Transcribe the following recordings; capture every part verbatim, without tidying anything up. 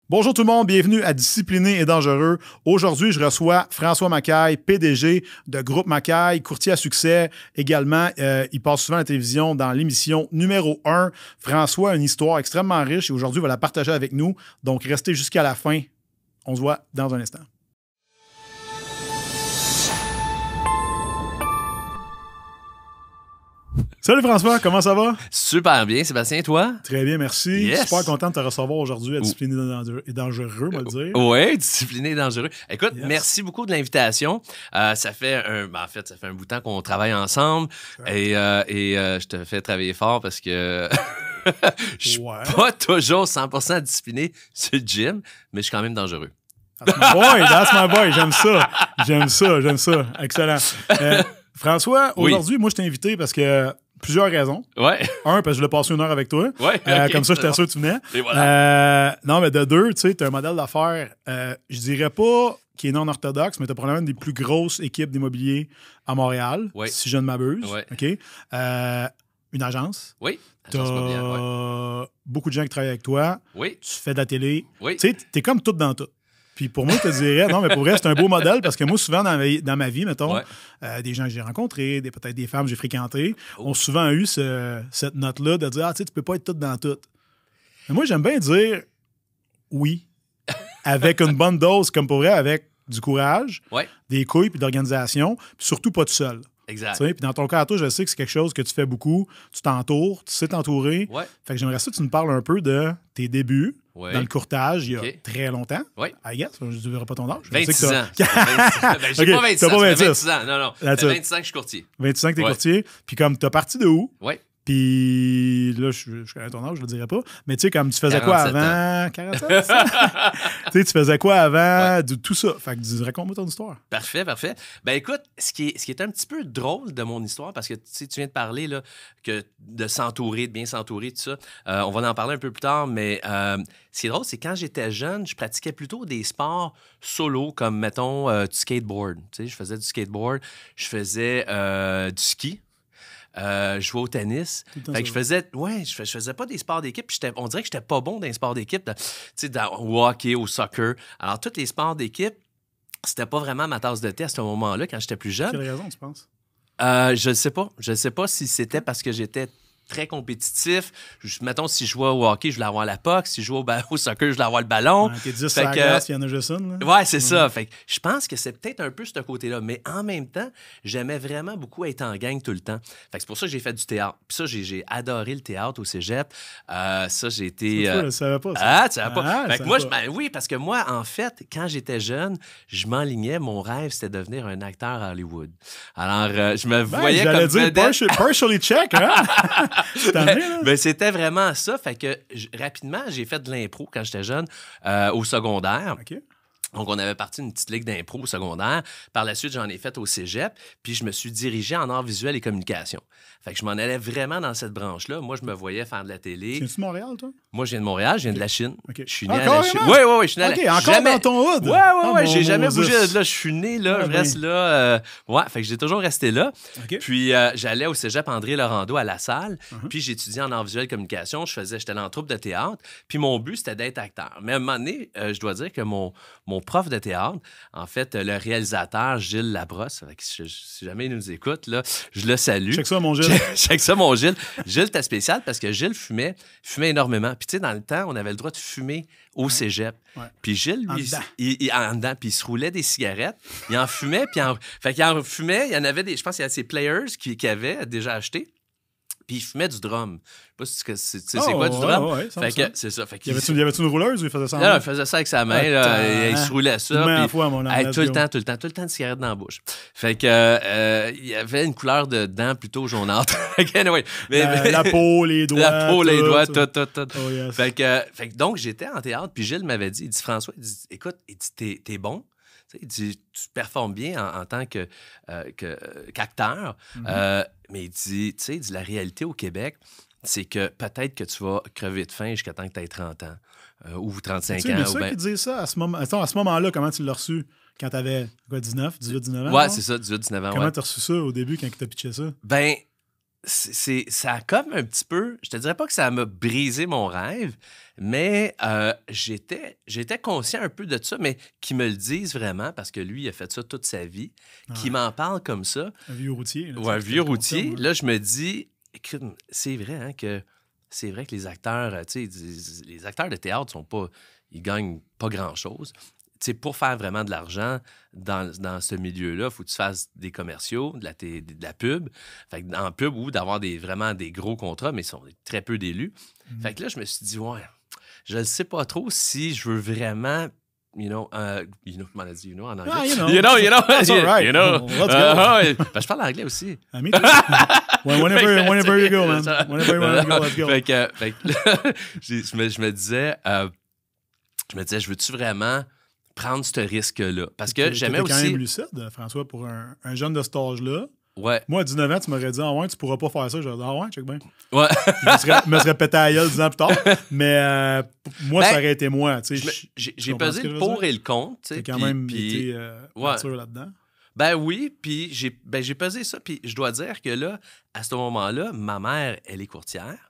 Bonjour tout le monde, bienvenue à Discipliné et Dangereux. Aujourd'hui, je reçois François Macaille, P D G de Groupe Macaille, courtier à succès. Également, euh, il passe souvent à la télévision dans l'émission numéro un. François a une histoire extrêmement riche et aujourd'hui, il va la partager avec nous. Donc, restez jusqu'à la fin. On se voit dans un instant. Salut François, comment ça va? Super bien, Sébastien, toi? Très bien, merci. Yes. Super content de te recevoir aujourd'hui à Discipliné et Dangereux, on va le dire. Oui, Discipliné et Dangereux. Écoute, Yes. merci beaucoup de l'invitation. Euh, ça fait un, ben, en fait, ça fait un bout de temps qu'on travaille ensemble ouais. et, euh, et euh, je te fais travailler fort parce que je suis ouais. pas toujours cent pour cent discipliné sur le gym, mais je suis quand même dangereux. That's my boy, that's my boy, j'aime ça. J'aime ça, j'aime ça. Excellent. Euh, François, aujourd'hui, oui. moi, je t'ai invité parce que plusieurs raisons. Ouais. Un, parce que je voulais passer une heure avec toi. Ouais, okay, euh, comme ça, j'étais sûr que tu venais. Et voilà. Euh, non, mais de deux, tu sais, tu as un modèle d'affaires, euh, je dirais pas qui est non orthodoxe, mais tu as probablement une des plus grosses équipes d'immobilier à Montréal, ouais. si je ne m'abuse. Ouais. OK. Euh, une agence. Oui. Tu as ouais. beaucoup de gens qui travaillent avec toi. Oui. Tu fais de la télé. Oui. Tu sais, tu es comme tout dans tout. Puis pour moi, je te dirais, non, mais pour vrai, c'est un beau modèle parce que moi, souvent dans ma, dans ma vie, mettons, ouais. euh, des gens que j'ai rencontrés, des, peut-être des femmes que j'ai fréquentées, oh. ont souvent eu ce, cette note-là de dire, ah, tu sais, tu peux pas être tout dans tout. Mais moi, j'aime bien dire oui, avec une bonne dose, comme pour vrai, avec du courage, ouais. des couilles puis de l'organisation, puis surtout pas tout seul. Exact. Puis dans ton cas à toi, je sais que c'est quelque chose que tu fais beaucoup. Tu t'entoures, tu sais t'entourer. Ouais. Fait que j'aimerais ça que tu nous parles un peu de tes débuts ouais. dans le courtage il y a okay. très longtemps. Oui. I guess, je ne dirai pas ton âge. vingt-six ans. vingt-six ben, j'ai okay. pas vingt-six ans. Pas vingt-six ans. Non, non. vingt-six ans que je suis courtier. vingt-six ans que tu es ouais. courtier. Puis comme tu as parti de où? Oui. Puis là, je, je connais ton âge, je le dirai pas. Mais tu sais, comme tu faisais quoi avant? quarante-sept ans? Tu sais, tu faisais quoi avant? Ouais. De, tout ça. Fait que raconte-moi ton histoire. Parfait, parfait. Ben écoute, ce qui est, ce qui est un petit peu drôle de mon histoire, parce que tu viens de parler là, que de s'entourer, de bien s'entourer, tout ça. Euh, on va en parler un peu plus tard, mais euh, ce qui est drôle, c'est quand j'étais jeune, je pratiquais plutôt des sports solo, comme, mettons, euh, du skateboard. Tu sais, je faisais du skateboard, je faisais euh, du ski. Euh, je jouais au tennis. Fait que je faisais, ouais, je, fais, je faisais pas des sports d'équipe. On dirait que j'étais pas bon dans les sports d'équipe, tu sais, au hockey, au soccer. Alors, tous les sports d'équipe, c'était pas vraiment ma tasse de thé à ce moment-là, quand j'étais plus jeune. Quelle raison, tu penses? Euh, je ne sais pas. Je ne sais pas si c'était parce que j'étais très compétitif. Je, mettons, si je jouais au hockey, je voulais avoir la puck. Si je jouais au, au soccer, je voulais avoir le ballon. Ouais, t'es dix sur la glace, il y en a juste une. Là. Ouais, c'est ouais. ça. Fait que je pense que c'est peut-être un peu ce côté-là. Mais en même temps, j'aimais vraiment beaucoup être en gang tout le temps. Fait que c'est pour ça que j'ai fait du théâtre. Puis ça, j'ai, j'ai adoré le théâtre au cégep. Euh, ça, j'ai été... Euh... Je ne savais pas ça. Ah, tu savais pas? Ah, fait que moi, je, ben, oui, parce que moi, en fait, quand j'étais jeune, je m'enlignais. Mon rêve, c'était de devenir un acteur à Hollywood. Alors, euh, je me ben, voyais comme... J'allais dire partially, partially check, hein? Ben, c'était vraiment ça. Fait que j- rapidement, j'ai fait de l'impro quand j'étais jeune euh, au secondaire. OK. Donc, on avait parti une petite ligue d'impro au secondaire. Par la suite, j'en ai fait au cégep. Puis, je me suis dirigé en arts visuels et communication. Fait que je m'en allais vraiment dans cette branche-là. Moi, je me voyais faire de la télé. Tu viens de Montréal, toi? Moi, je viens de Montréal. Je viens de la Chine. Okay. Je suis né ah, à la Chine. Oui, oui, oui. Je suis né okay, à la Chine. Encore jamais... dans ton hood? Oui, oui, oui. Ah, j'ai mon, jamais mon bougé Dieu. de là. Je suis né là. Ah, je reste ben... là. Euh... Ouais, fait que j'ai toujours resté là. Okay. Puis, euh, j'allais au cégep André Laurando à La Salle. Uh-huh. Puis, j'étudiais en arts visuels et communication. Je faisais... J'étais dans la troupe de théâtre. Puis, mon but, c'était d'être acteur. Mais à un moment donné, euh, je dois dire que mon, mon prof de théâtre, en fait, le réalisateur Gilles Labrosse, si jamais il nous écoute, là, je le salue. Check ça, mon Gilles. Check ça, mon Gilles. Gilles, t'es spécial parce que Gilles fumait, fumait énormément. Puis, tu sais, dans le temps, on avait le droit de fumer au cégep. Ouais. Puis Gilles, lui, en il, il, en dedans, puis il se roulait des cigarettes. Il en fumait, puis en... Fait qu'il en fumait, il y en avait des... Je pense qu'il y a ses players qui, qui avaient déjà acheté. Puis il fumait du drum. Je sais pas si c'est, c'est, c'est quoi du drum. Oh, ouais, fait que, c'est ça. Fait y, avait-tu, y avait-tu une rouleuse ou il faisait ça en main? Non, il faisait ça avec sa main. Là, et, il se roulait ça. Puis, fois, mon hey, tout le temps, tout le temps, tout le temps de cigarettes dans la bouche. Fait que euh, il y avait une couleur de dents plutôt jaunâtre. anyway, mais, la, mais, la peau, les doigts. La peau, tout, les doigts, tout, tout, tout. Oh, yes. Fait que, fait que donc, j'étais en théâtre, puis Gilles m'avait dit, il dit, François, il dit, écoute, il dit, t'es, t'es bon. Il dit, tu performes bien en, en tant que, euh, que, qu'acteur. Mm-hmm. Euh, mais il dit, tu sais, la réalité au Québec, c'est que peut-être que tu vas crever de faim jusqu'à temps que tu aies trente ans euh, ou trente-cinq tu sais, ans. Mais ça ben... qui disait ça à ce, moment, attends, à ce moment-là, comment tu l'as reçu quand tu avais dix-neuf, dix-huit, dix-neuf ans? Ouais, c'est ça, dix-huit, dix-neuf ans. Comment ouais. tu as reçu ça au début quand tu as pitché ça? Ben, c'est, ça a comme un petit peu... Je te dirais pas que ça m'a brisé mon rêve, mais euh, j'étais, j'étais conscient un peu de ça, mais qu'ils me le disent vraiment, parce que lui, il a fait ça toute sa vie, ah. qu'il m'en parle comme ça. Un vieux routier. Là, ou un vieux routier. Là, je me dis, écoute, c'est vrai hein, que c'est vrai que les acteurs, tu sais, les acteurs de théâtre sont pas... Ils gagnent pas grand-chose. Tu sais, pour faire vraiment de l'argent dans, dans ce milieu-là, il faut que tu fasses des commerciaux, de la, t- de la pub. Fait que en pub, ou d'avoir des, vraiment des gros contrats, mais ils sont très peu d'élus. Mm-hmm. Fait que là, je me suis dit, ouais, je ne sais pas trop si je veux vraiment... You know, uh, you know, comment on a dit, you know, en anglais? Ah, you know. You know, you know. That's all right. You know. Let's go. Uh, uh, ben, je parle anglais aussi. Ah, me too. whenever, whenever you go, man. Whenever you want to go, let's go. Fait que, fait que là, je, me, je me disais, euh, je me disais, je veux-tu vraiment prendre ce risque-là? Parce que j'aimais aussi... C'est quand même lucide, François, pour un, un jeune de cet âge-là. Ouais. Moi, à dix-neuf ans, tu m'aurais dit, ah ouais, tu pourras pas faire ça. J'aurais dit, ah ouais, check bien. Ouais. je me serais, me serais pété à la gueule dix ans plus tard. Mais euh, moi, ben, ça aurait été moi. Tu sais, j'ai, j'ai pesé le pour et le contre. Tu as quand pis, même pis, été euh, ouais. mature là-dedans. Ben oui, puis j'ai, ben, j'ai pesé ça. Puis je dois dire que là, à ce moment-là, ma mère, elle est courtière.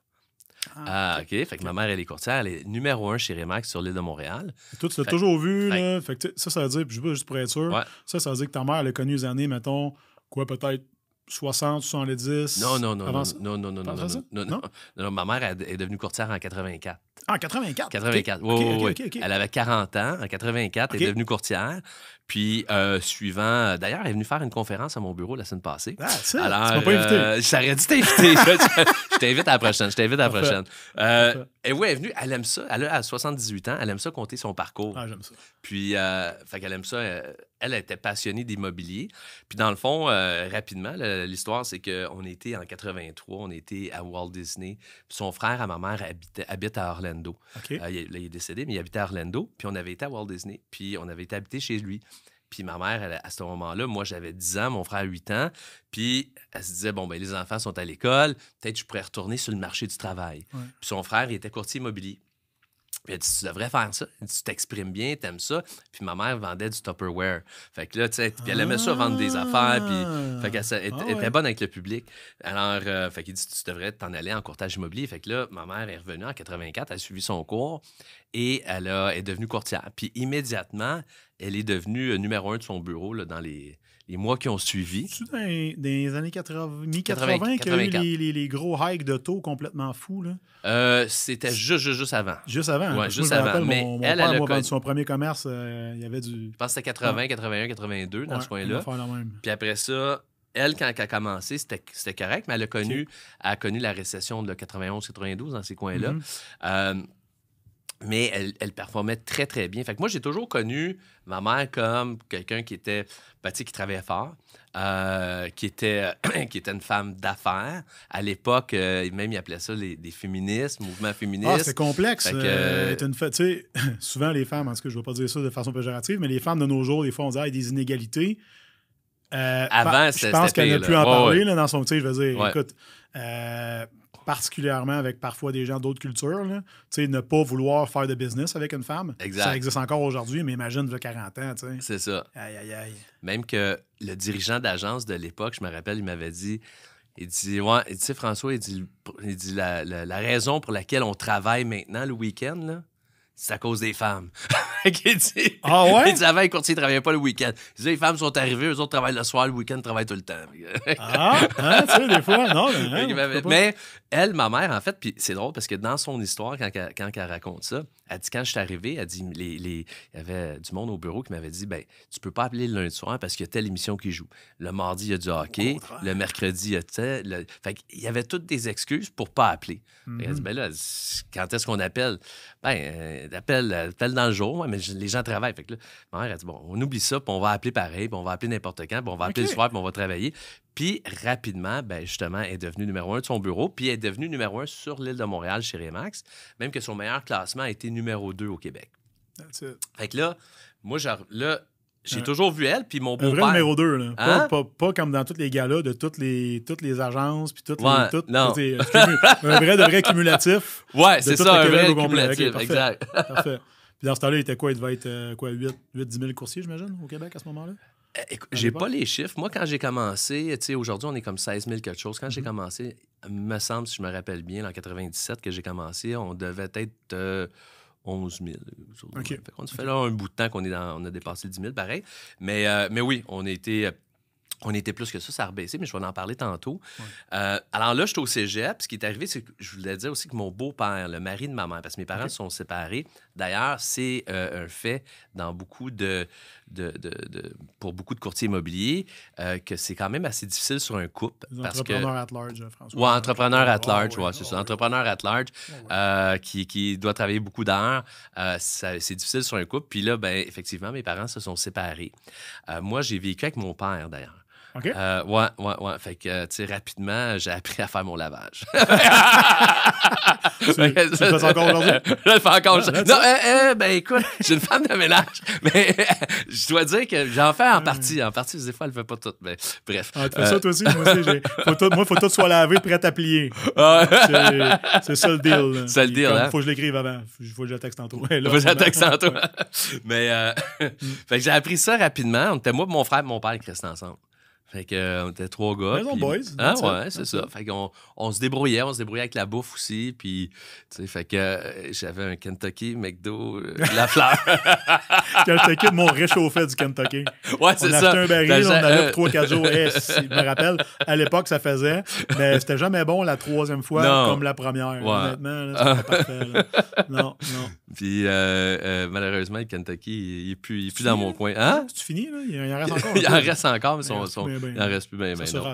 Ah, OK. Fait que ma mère, elle est courtière. Elle est numéro un chez Remax sur l'île de Montréal. Et toi, tu l'as fait, toujours vu. Fait, là, fait que ça, ça veut dire, puis juste pour être sûr, ouais. ça, ça veut dire que ta mère, elle a connu les années, mettons, quoi, peut-être soixante, soixante-dix. Non, non, non, avant non, non, non, non, non, non, non, non, non, non, ma mère est devenue courtière en quatre-vingt-quatre. Ah, en quatre-vingt-quatre? quatre-vingt-quatre, oui, okay, oui, okay, oui. Okay, okay. Elle avait quarante ans, en quatre-vingt-quatre, okay. Elle est devenue courtière. Puis, euh, suivant... D'ailleurs, elle est venue faire une conférence à mon bureau la semaine passée. Ah, ça, alors, tu m'as pas invité. Euh, j'aurais dû t'inviter. je t'invite à la prochaine. Je t'invite à la prochaine. Euh, et oui, elle est venue, elle aime ça. Elle a soixante-dix-huit ans, elle aime ça compter son parcours. Ah, j'aime ça. Puis, euh, fait qu'elle aime ça. Elle, elle était passionnée d'immobilier. Puis, dans le fond, euh, rapidement, là, l'histoire, c'est qu'on était en quatre-vingt-trois, on était à Walt Disney. Puis, son frère à ma mère habitait, habite à Orlando. Okay. Euh, il, là, il est décédé, mais il habitait à Orlando. Puis, on avait été à Walt Disney. Puis, on avait été habité chez lui. Puis ma mère, elle, à ce moment-là, moi, j'avais dix ans, mon frère huit ans. Puis elle se disait, bon, ben les enfants sont à l'école, peut-être je pourrais retourner sur le marché du travail. Ouais. Puis son frère, il était courtier immobilier. Puis elle dit, tu devrais faire ça. Elle dit, tu t'exprimes bien, t'aimes ça. Puis ma mère vendait du Tupperware. Fait que là, tu sais, puis elle aimait ça vendre des affaires. Puis, fait qu'elle elle, ah, elle était ouais. bonne avec le public. Alors, euh, fait qu'il dit, tu devrais t'en aller en courtage immobilier. Fait que là, ma mère est revenue en quatre-vingt-quatre, elle a suivi son cours et elle, a, elle est devenue courtière. Puis immédiatement, elle est devenue numéro un de son bureau là, dans les... les mois qui ont suivi. C'est dans les, dans les années quatre-vingts, mi-quatre-vingts qu'il y a eu les, les, les gros hikes de taux complètement fous, là? Euh, c'était juste, juste, juste avant. Juste avant? Oui, juste avant. Rappelle, mais mon, mon elle, père, elle moi, a... vendu son premier commerce, euh, il y avait du... Je pense que c'était quatre-vingts, ouais. quatre-vingt-un, quatre-vingt-deux, dans ouais, ce coin-là. Même. Puis après ça, elle, quand elle a commencé, c'était, c'était correct, mais elle a connu, okay. elle a connu la récession de quatre-vingt-onze quatre-vingt-douze dans ces coins-là. Mm-hmm. Euh, mais elle, elle performait très, très bien. Fait que moi, j'ai toujours connu ma mère comme quelqu'un qui était, ben, tu sais, qui travaillait fort, euh, qui, était, qui était une femme d'affaires. À l'époque, euh, même, ils appelaient ça les, les féministes, mouvement féministe. Ah, c'était complexe. Que, euh, une fa... tu sais, souvent, les femmes, en tout cas, je ne vais pas dire ça de façon péjorative, mais les femmes de nos jours, des fois, on dit ah, il y a des inégalités. Euh, Avant, je pense qu'elle n'a plus en ouais, parler ouais. Là, dans son... Tu sais, je veux dire, ouais. écoute... Euh, particulièrement avec parfois des gens d'autres cultures, là. Tu sais, ne pas vouloir faire de business avec une femme. Exact. Ça existe encore aujourd'hui, mais imagine, il y a quarante ans, tu sais. C'est ça. Aïe, aïe, aïe. Même que le dirigeant d'agence de l'époque, je me rappelle, il m'avait dit, il dit, ouais, tu sais, François, il dit, il dit la, la, la raison pour laquelle on travaille maintenant le week-end, là, c'est à cause des femmes. il dit, ah ouais? Il dit, avant, les courtiers ne travaillaient pas le week-end. Il dit, les femmes sont arrivées, eux autres travaillent le soir, le week-end, travaillent tout le temps. ah, hein, tu sais, des fois, non. Mais, hein, mais elle, ma mère, en fait, puis c'est drôle parce que dans son histoire, quand, quand elle raconte ça, elle dit, quand je suis arrivé, elle dit, les, les... il y avait du monde au bureau qui m'avait dit, ben, tu peux pas appeler le lundi soir parce qu'il y a telle émission qui joue. Le mardi, il y a du hockey. Le mercredi, il y a tel. Le... Fait qu'il y avait toutes des excuses pour pas appeler. Mm-hmm. Elle dit, ben là, quand est-ce qu'on appelle? Ben, euh, appelle, appelle dans le jour, ouais, mais les gens travaillent. Fait que là, ma mère a dit, bon, on oublie ça, puis on va appeler pareil, puis on va appeler n'importe quand, puis on va appeler okay. le soir, puis on va travailler. Puis, rapidement, ben, justement, elle est devenue numéro un de son bureau, puis elle est devenue numéro un sur l'île de Montréal chez Remax, même que son meilleur classement a été numéro deux au Québec. That's it. Fait que là, moi, genre, là, j'ai euh, toujours vu elle, puis mon beau-père... Un vrai numéro deux, là. Hein? Pas, pas, pas comme dans tous les galas de toutes les, toutes les agences, puis toutes ouais, les... Toutes, non. Toutes les, un vrai de vrai cumulatif. Ouais, c'est ça, un vrai complet. cumulatif, okay, exact. Parfait. Puis dans ce temps-là, il était quoi? Il devait être euh, quoi, huit à dix mille coursiers, j'imagine, au Québec à ce moment-là? Écoute, j'ai pas les chiffres. Moi, quand j'ai commencé, tu sais, aujourd'hui, on est comme seize mille quelque chose. Quand mm-hmm. j'ai commencé, me semble, si je me rappelle bien, en quatre-vingt-dix-sept que j'ai commencé, on devait être euh, onze mille. Okay. On okay. fait là un bout de temps qu'on est dans, on a dépassé le dix mille, pareil. Mais, euh, mais oui, on a été... On était plus que ça, ça a rebaissé, mais je vais en parler tantôt. Ouais. Euh, alors là, j'étais au cégep. Ce qui est arrivé, c'est que je voulais dire aussi que mon beau-père, le mari de ma mère, parce que mes parents okay. sont séparés. D'ailleurs, c'est euh, un fait dans beaucoup de, de, de, de... pour beaucoup de courtiers immobiliers euh, que c'est quand même assez difficile sur un couple. Les parce entrepreneurs que... at large, François. Oui, entrepreneur at large, oh, ouais, ouais, c'est oh, ça. Ouais. Entrepreneur at large oh, ouais. euh, qui, qui doit travailler beaucoup d'heures. Euh, ça, c'est difficile sur un couple. Puis là, ben, effectivement, mes parents se sont séparés. Euh, moi, j'ai vécu avec mon père, d'ailleurs. OK. Euh, ouais, ouais, ouais. Fait que, tu sais, rapidement, j'ai appris à faire mon lavage. tu, tu le fais encore aujourd'hui? Je le fais encore. Ah, non, euh, euh, ben écoute, j'ai une femme de ménage. Mais je dois dire que j'en fais en partie. En partie, des fois, elle ne fait pas tout. Mais bref. Ah, tu fais euh... ça toi aussi? Moi, aussi, j'ai... Faut tout... Moi, il faut tout soit lavé, prêt à plier. c'est... c'est ça le deal. Là. C'est le deal, hein? Faut que je l'écrive avant. Faut que je le texte tantôt. Faut que je le texte tantôt. Mais, euh... fait que j'ai appris ça rapidement. On était moi, mon frère et mon père qui restaient ensemble. Fait que, euh, on était trois gars. Maison puis... boys. Ah ouais, c'est ça. ça. Fait qu'on on se débrouillait, on se débrouillait avec la bouffe aussi. Puis, tu sais, fait que euh, j'avais un Kentucky, McDo, euh, la fleur. Kentucky, mon réchauffait du Kentucky. Ouais, c'est on ça. On achetait un baril, on allait pour trois quatre jours. Hey, si, je me rappelle, à l'époque, ça faisait. Mais c'était jamais bon la troisième fois non. comme la première. Ouais. Honnêtement, là, c'était pas parfait. Là. Non, non. Puis, euh, euh, malheureusement, le Kentucky, il n'est plus, il est plus dans mon coin. Hein? C'est fini, là? Il en reste encore. Il en reste encore, mais son, son, bien, bien. il en reste plus bien. Ben, non.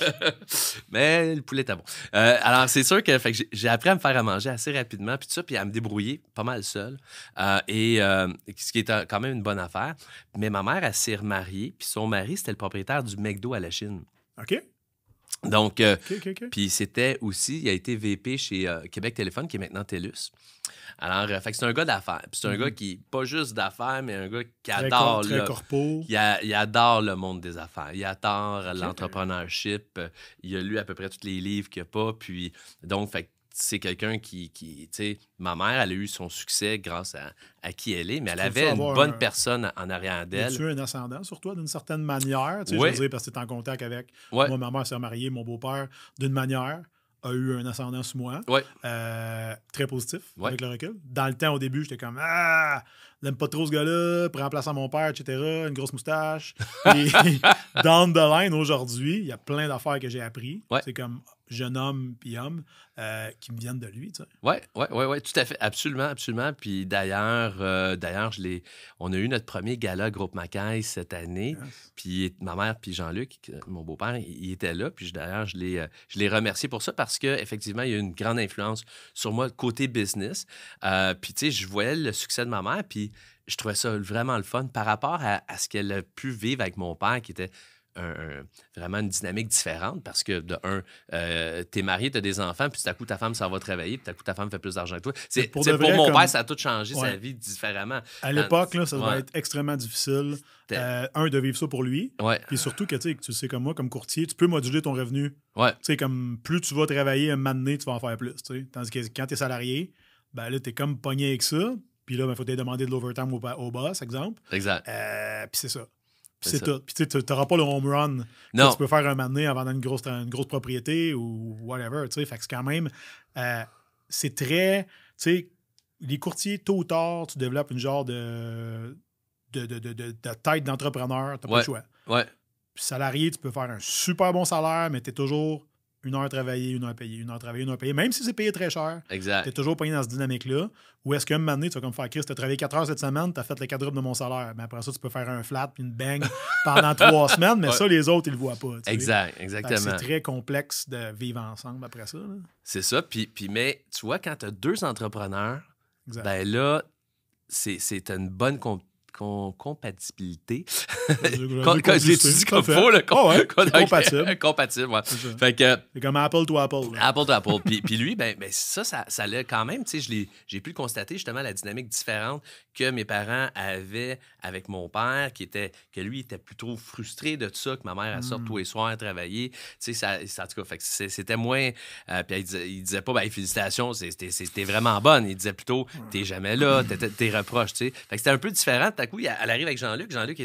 Mais le poulet était bon. Euh, alors, c'est sûr que, fait que j'ai, j'ai appris à me faire à manger assez rapidement, puis tout ça, puis à me débrouiller pas mal seul. Euh, et euh, ce qui est quand même une bonne affaire. Mais ma mère, elle s'est remariée, puis son mari, c'était le propriétaire du McDo à la Chine. OK. Donc, euh, okay, okay, okay. puis c'était aussi, il a été V P chez euh, Québec Téléphone, qui est maintenant TELUS. Alors, euh, fait que c'est un gars d'affaires. Puis c'est un mm-hmm. gars qui, pas juste d'affaires, mais un gars qui très adore... Très le, corpo. Il, a, il adore le monde des affaires. Il adore okay. l'entrepreneurship. Il a lu à peu près tous les livres qu'il n'y a pas. Puis, donc, fait c'est quelqu'un qui, qui tu sais, ma mère, elle a eu son succès grâce à, à qui elle est, mais elle avait une bonne un... personne en arrière d'elle. Tu as un ascendant sur toi d'une certaine manière, tu sais, oui. je veux dire, parce que tu es en contact avec... Oui. Moi, ma mère s'est mariée, mon beau-père, d'une manière... a eu un ascendant sur moi. Ouais. Euh, très positif, ouais. avec le recul. Dans le temps, au début, j'étais comme « Ah, j'aime pas trop ce gars-là, prends place à mon père, et cetera. Une grosse moustache. » Puis, down the line, aujourd'hui, il y a plein d'affaires que j'ai appris. Ouais. C'est comme jeune homme puis homme euh, qui me viennent de lui, tu sais. Oui, oui, oui, ouais, tout à fait. Absolument, absolument. Puis d'ailleurs, euh, d'ailleurs, je l'ai... on a eu notre premier gala Groupe Macaille cette année. Yes. Puis ma mère puis Jean-Luc, mon beau-père, il était là. Puis d'ailleurs, je l'ai, je l'ai remercié pour ça parce qu'effectivement, il y a une grande influence sur moi côté business. Euh, puis tu sais, je voyais le succès de ma mère, puis je trouvais ça vraiment le fun par rapport à, à ce qu'elle a pu vivre avec mon père, qui était... Un, un, vraiment une dynamique différente parce que, de un, euh, t'es marié, t'as des enfants, puis tout à coup, ta femme s'en va travailler, puis tout à coup, ta femme fait plus d'argent que toi. C'est, pour pour vrai, mon comme... père, ça a tout changé ouais. sa vie différemment. À l'époque, là, ça ouais. devait être extrêmement difficile. Euh, un, de vivre ça pour lui. Ouais. Puis surtout que, tu sais, comme moi, comme courtier, tu peux moduler ton revenu. Ouais. Tu sais, comme plus tu vas travailler un moment donné, tu vas en faire plus. T'sais. Tandis que quand t'es salarié, ben là, t'es comme pogné avec ça. Puis là, il ben, faut te demander de l'overtime au, au boss, exemple. Exact. Euh, puis c'est ça. Puis c'est, c'est tout. Puis tu n'auras pas le home run non. que tu peux faire un moment donné en vendant une grosse, une grosse propriété ou whatever. Fait que c'est quand même... Euh, c'est très... Tu sais, les courtiers, tôt ou tard, tu développes une genre de, de, de, de, de, de tête d'entrepreneur. Tu n'as ouais. pas le choix. Ouais. Puis salarié, tu peux faire un super bon salaire, mais tu es toujours... Une heure travaillée, une heure payée, une heure travaillée, une heure payée. Même si c'est payé très cher, tu es toujours payé dans cette dynamique-là. Ou est-ce qu'un moment donné, tu vas comme faire Chris, tu as travaillé quatre heures cette semaine, tu as fait le quadruple de mon salaire. Mais après ça, tu peux faire un flat puis une bang pendant trois semaines, mais ouais. ça, les autres, ils le voient pas. Exact, exactement. C'est très complexe de vivre ensemble après ça. Là. C'est ça. Puis, puis, mais tu vois, quand tu as deux entrepreneurs, exact. Ben là, c'est, c'est une bonne compétition. Com- compatibilité. Quand j'ai dit comme faux, là, com- oh ouais, com- compatible. compatible, ouais. C'est, fait que, c'est comme Apple to Apple. Là. Apple to Apple. puis, puis lui, ben, ben ça, ça, ça l'a quand même, tu sais, je l'ai, j'ai pu le constater justement la dynamique différente que mes parents avaient avec mon père, qui était, que lui était plutôt frustré de tout ça, que ma mère, elle sorte mm. tous les soirs à travailler. Tu sais, ça, ça, en tout cas, fait que c'était moins. Euh, puis il disait, il disait pas, ben, félicitations, c'était, c'était vraiment bonne. Il disait plutôt, t'es jamais là, t'es, t'es reproches, tu sais. Fait que c'était un peu différent. Tout à coup, elle arrive avec Jean-Luc. Jean-Luc est un entrepreneur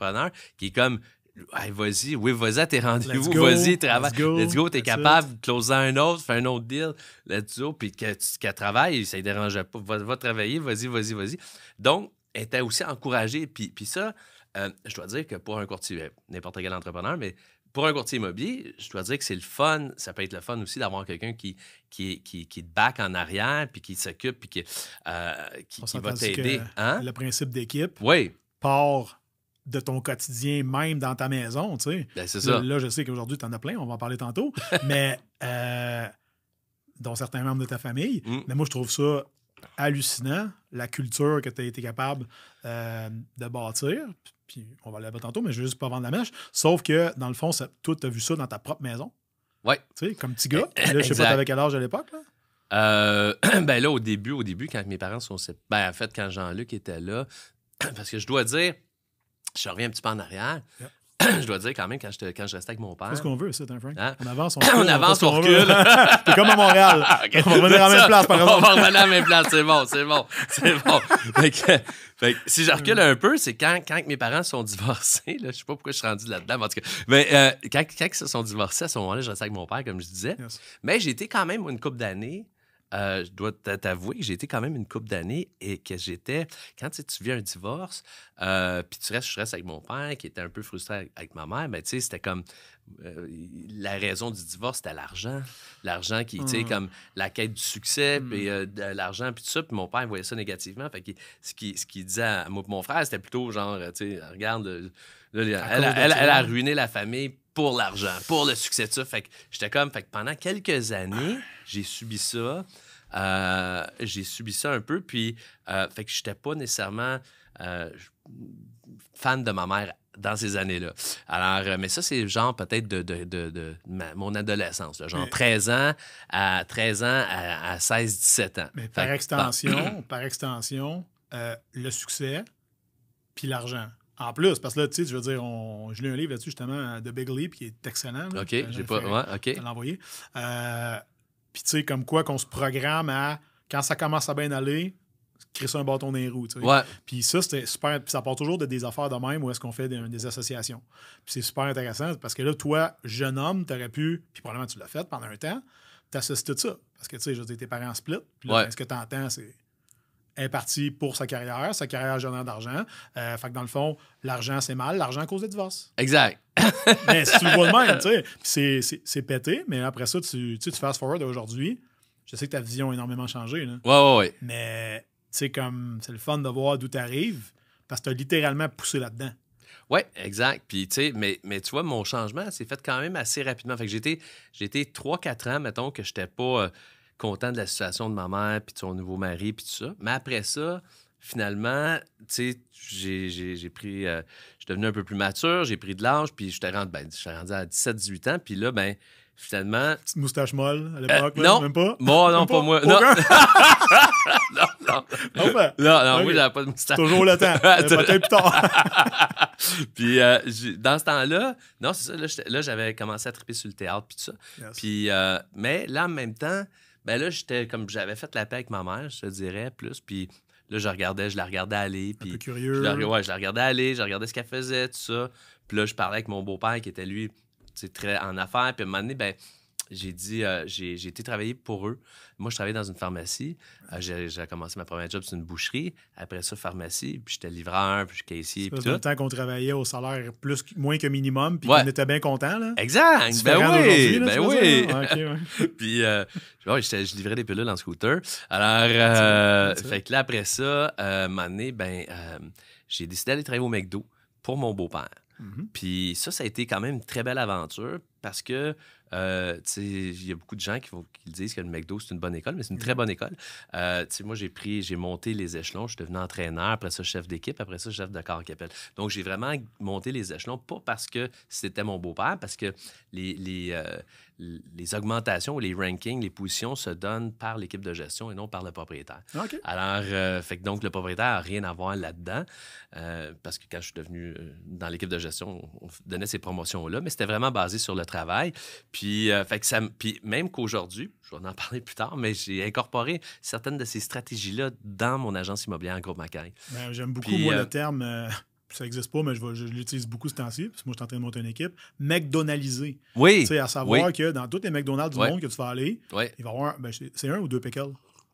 entrepreneur qui est comme, hey, vas-y, oui, vas-y à tes rendez-vous, Let's go, vas-y, travaille. let's go, Let's go, t'es that's capable it. de closer un autre, faire un autre deal, let's go, puis que- qu'elle travaille, ça ne dérangeait pas. Va, va travailler, vas-y, vas-y, vas-y. Donc, elle était aussi encouragée. Puis, puis ça, euh, je dois dire que pour un courtier, n'importe quel entrepreneur, mais pour un courtier immobilier, je dois dire que c'est le fun. Ça peut être le fun aussi d'avoir quelqu'un qui, qui, qui, qui te back en arrière, puis qui s'occupe, puis qui, euh, qui, On qui va s'entend t'aider. que Hein? Le principe d'équipe Oui, part de ton quotidien, même dans ta maison, tu sais. ben, c'est Là, ça. là, je sais qu'aujourd'hui, tu en as plein, on va en parler tantôt, mais euh, dont certains membres de ta famille. Mm. Mais moi, je trouve ça hallucinant, la culture que tu as été capable euh, de bâtir. Puis on va aller tantôt, mais je veux juste pas vendre la mèche. Sauf que, dans le fond, ça, toi, tu as vu ça dans ta propre maison. Oui. Tu sais, comme petit gars. Là, je sais Exact. pas, t'avais quel âge à l'époque, là? Euh, ben là, au début, au début, quand mes parents sont séparés, ben en fait, quand Jean-Luc était là, parce que je dois dire, je reviens un petit peu en arrière, Yep. je dois dire quand même, quand je, quand je restais avec mon père... C'est ce qu'on veut, ça, hein, Frank? Hein? On avance, on On recule. avance, fait ce on qu'on recule. veut. C'est comme à Montréal. OK. On va revenir à la même place, par On exemple. va revenir à la même place, c'est bon, c'est bon, c'est bon. Fait que, fait que si je recule un peu, c'est quand, quand mes parents sont divorcés, là, je sais pas pourquoi je suis rendu là-dedans, mais en tout cas, mais, euh, quand, quand ils se sont divorcés, à ce moment-là, je restais avec mon père, comme je disais. Yes. Mais j'ai été quand même une couple d'années. Euh, je dois t'avouer que j'ai été quand même une couple d'années et que j'étais... Quand tu sais, tu vis un divorce, euh, puis tu restes, je reste avec mon père qui était un peu frustré avec, avec ma mère, ben tu sais, c'était comme... Euh, la raison du divorce, c'était l'argent. L'argent qui, tu sais, Mm. comme la quête du succès, Mm. puis euh, de l'argent, puis tout ça. Puis mon père voyait ça négativement. Fait que ce qu'il ce qu'il disait à moi et mon frère, c'était plutôt genre, tu sais, regarde, là, elle, elle, elle, elle, elle a ruiné la famille pour l'argent, pour le succès de ça. Fait que j'étais comme... Fait que pendant quelques années, j'ai subi ça. Euh, j'ai subi ça un peu, puis euh, fait que j'étais pas nécessairement euh, fan de ma mère dans ces années-là. Alors, euh, mais ça, c'est genre peut-être de, de, de, de ma, mon adolescence, là, genre Mais, treize ans à treize ans à, à seize dix-sept ans. Mais Fait par que, extension, par extension, euh, le succès puis l'argent. En plus, parce que là, tu sais, je veux dire, on, je lis un livre là-dessus, justement, The Big Leap, qui est excellent. Là. OK, J'ai j'ai pas... fait- Ouais, OK. Je vais l'envoyer. Euh, Puis, tu sais, comme quoi qu'on se programme à, quand ça commence à bien aller, créer ça un bâton dans les roues. Tu sais. Ouais. Puis ça, c'était super. Puis ça part toujours de des affaires de même où est-ce qu'on fait des, des associations. Puis c'est super intéressant parce que là, toi, jeune homme, t'aurais pu, puis probablement tu l'as fait pendant un temps, t'associes tout ça. Parce que, tu sais, je veux dire, tes parents split. Puis là, Ouais. ben, ce que t'entends, c'est. Elle est partie pour sa carrière, sa carrière génère d'argent. Euh, fait que dans le fond, l'argent, c'est mal. L'argent cause le divorce. Exact. Mais si tu le vois de même, tu sais, puis c'est, c'est, c'est pété, mais après ça, tu, tu sais, tu fast forward aujourd'hui. Je sais que ta vision a énormément changé, là. Ouais, ouais, ouais. Mais, tu sais, comme, c'est le fun de voir d'où tu arrives parce que tu as littéralement poussé là-dedans. Oui, exact. Puis, tu sais, mais, mais tu vois, mon changement s'est fait quand même assez rapidement. Fait que j'ai été, j'ai été trois quatre ans, mettons, que je n'étais pas euh, content de la situation de ma mère, puis de son nouveau mari, puis tout ça. Mais après ça, finalement, tu sais, j'ai, j'ai, j'ai pris... Euh, je suis devenu un peu plus mature, j'ai pris de l'âge, puis j'étais rendu, ben, j'étais rendu à dix-sept dix-huit ans. Puis là, ben finalement... Petite moustache molle à l'époque, Euh, là, non. même pas? Moi, non, Même pas moi. Non. Aucun? non, non. Enfin, Non, non, Ok. moi, j'avais pas de moustache. toujours le temps. Euh, Peut-être plus tard. Puis euh, j'ai- dans ce temps-là, non, c'est ça, là, j'étais- là, j'avais commencé à triper sur le théâtre puis tout ça. Yes. Puis, euh, mais là, en même temps, ben là, j'étais comme j'avais fait la paix avec ma mère, je te dirais, plus. Puis là, je regardais, je la regardais aller. Un Puis peu je curieux. la, ouais, je la regardais aller, je regardais ce qu'elle faisait, tout ça. Puis là, je parlais avec mon beau-père qui était, lui, tu sais, très en affaires. Puis à un moment donné, ben, j'ai dit, euh, j'ai, j'ai été travailler pour eux. Moi, je travaillais dans une pharmacie. Euh, j'ai, j'ai commencé ma première job, c'est une boucherie. Après ça, pharmacie. Puis j'étais livreur, puis je suis caissier, puis Dans le tout. temps qu'on travaillait au salaire plus, moins que minimum, puis Ouais. qu'on était bien content, là. Exact! Différent Ben oui! d'aujourd'hui, là, Ben tu veux oui! dire? Ah, ok, ouais. Puis, euh, ouais, j'étais- je livrais des pilules en scooter. Alors, euh, C'est vrai. fait que là, après ça, euh, un moment donné, ben, euh, j'ai décidé d'aller travailler au McDo pour mon beau-père. Mhm. Puis ça, ça a été quand même une très belle aventure parce que, euh, tu sais, il y a beaucoup de gens qui, vont, qui disent que le McDo, c'est une bonne école, mais c'est une très bonne école. Euh, tu sais, moi, j'ai pris, j'ai monté les échelons. Je suis devenu entraîneur, après ça, chef d'équipe, après ça, chef de corps capelle. Donc, j'ai vraiment monté les échelons, pas parce que c'était mon beau-père, parce que les, les, euh, les augmentations, les rankings, les positions se donnent par l'équipe de gestion et non par le propriétaire. OK. Alors, euh, fait que donc, le propriétaire n'a rien à voir là-dedans, euh, parce que quand je suis devenu euh, dans l'équipe de gestion, on donnait ces promotions-là, mais c'était vraiment basé sur le travail. Puis, euh, fait que ça, m- puis même qu'aujourd'hui, je vais en parler plus tard, mais j'ai incorporé certaines de ces stratégies-là dans mon agence immobilière en Groupe Macaire. Ben, j'aime beaucoup, Puis, moi, euh, le terme. euh, ça n'existe pas, mais je, vais, je l'utilise beaucoup ce temps-ci, parce que moi, je suis en train de monter une équipe. McDonald'iser. Oui. Tu sais, à savoir oui. que dans tous les McDonald's du oui. monde que tu vas aller, oui. il va y avoir. Ben, c'est un ou deux pickles?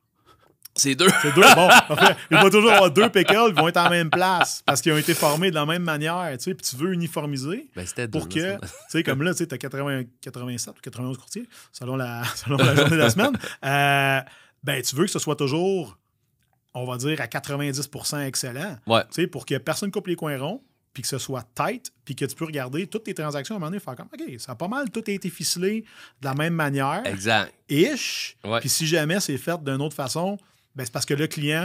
C'est deux. C'est deux. Bon, enfin, il va toujours avoir deux pickles, ils vont être en même place parce qu'ils ont été formés de la même manière. Tu sais, puis tu veux uniformiser ben, c'était pour deux, que, tu sais, comme là, tu as quatre-vingts, quatre-vingt-sept ou quatre-vingt-onze courtiers selon la, selon la journée de la semaine. Euh, ben, tu veux que ce soit toujours, on va dire, à quatre-vingt-dix pour cent excellent. Ouais. Tu sais, pour que personne coupe les coins ronds, puis que ce soit tight, puis que tu peux regarder toutes tes transactions à un moment donné, faire comme, OK, ça a pas mal tout été ficelé de la même manière. Exact. Ish. Ouais. Puis si jamais c'est fait d'une autre façon, ben, c'est parce que le client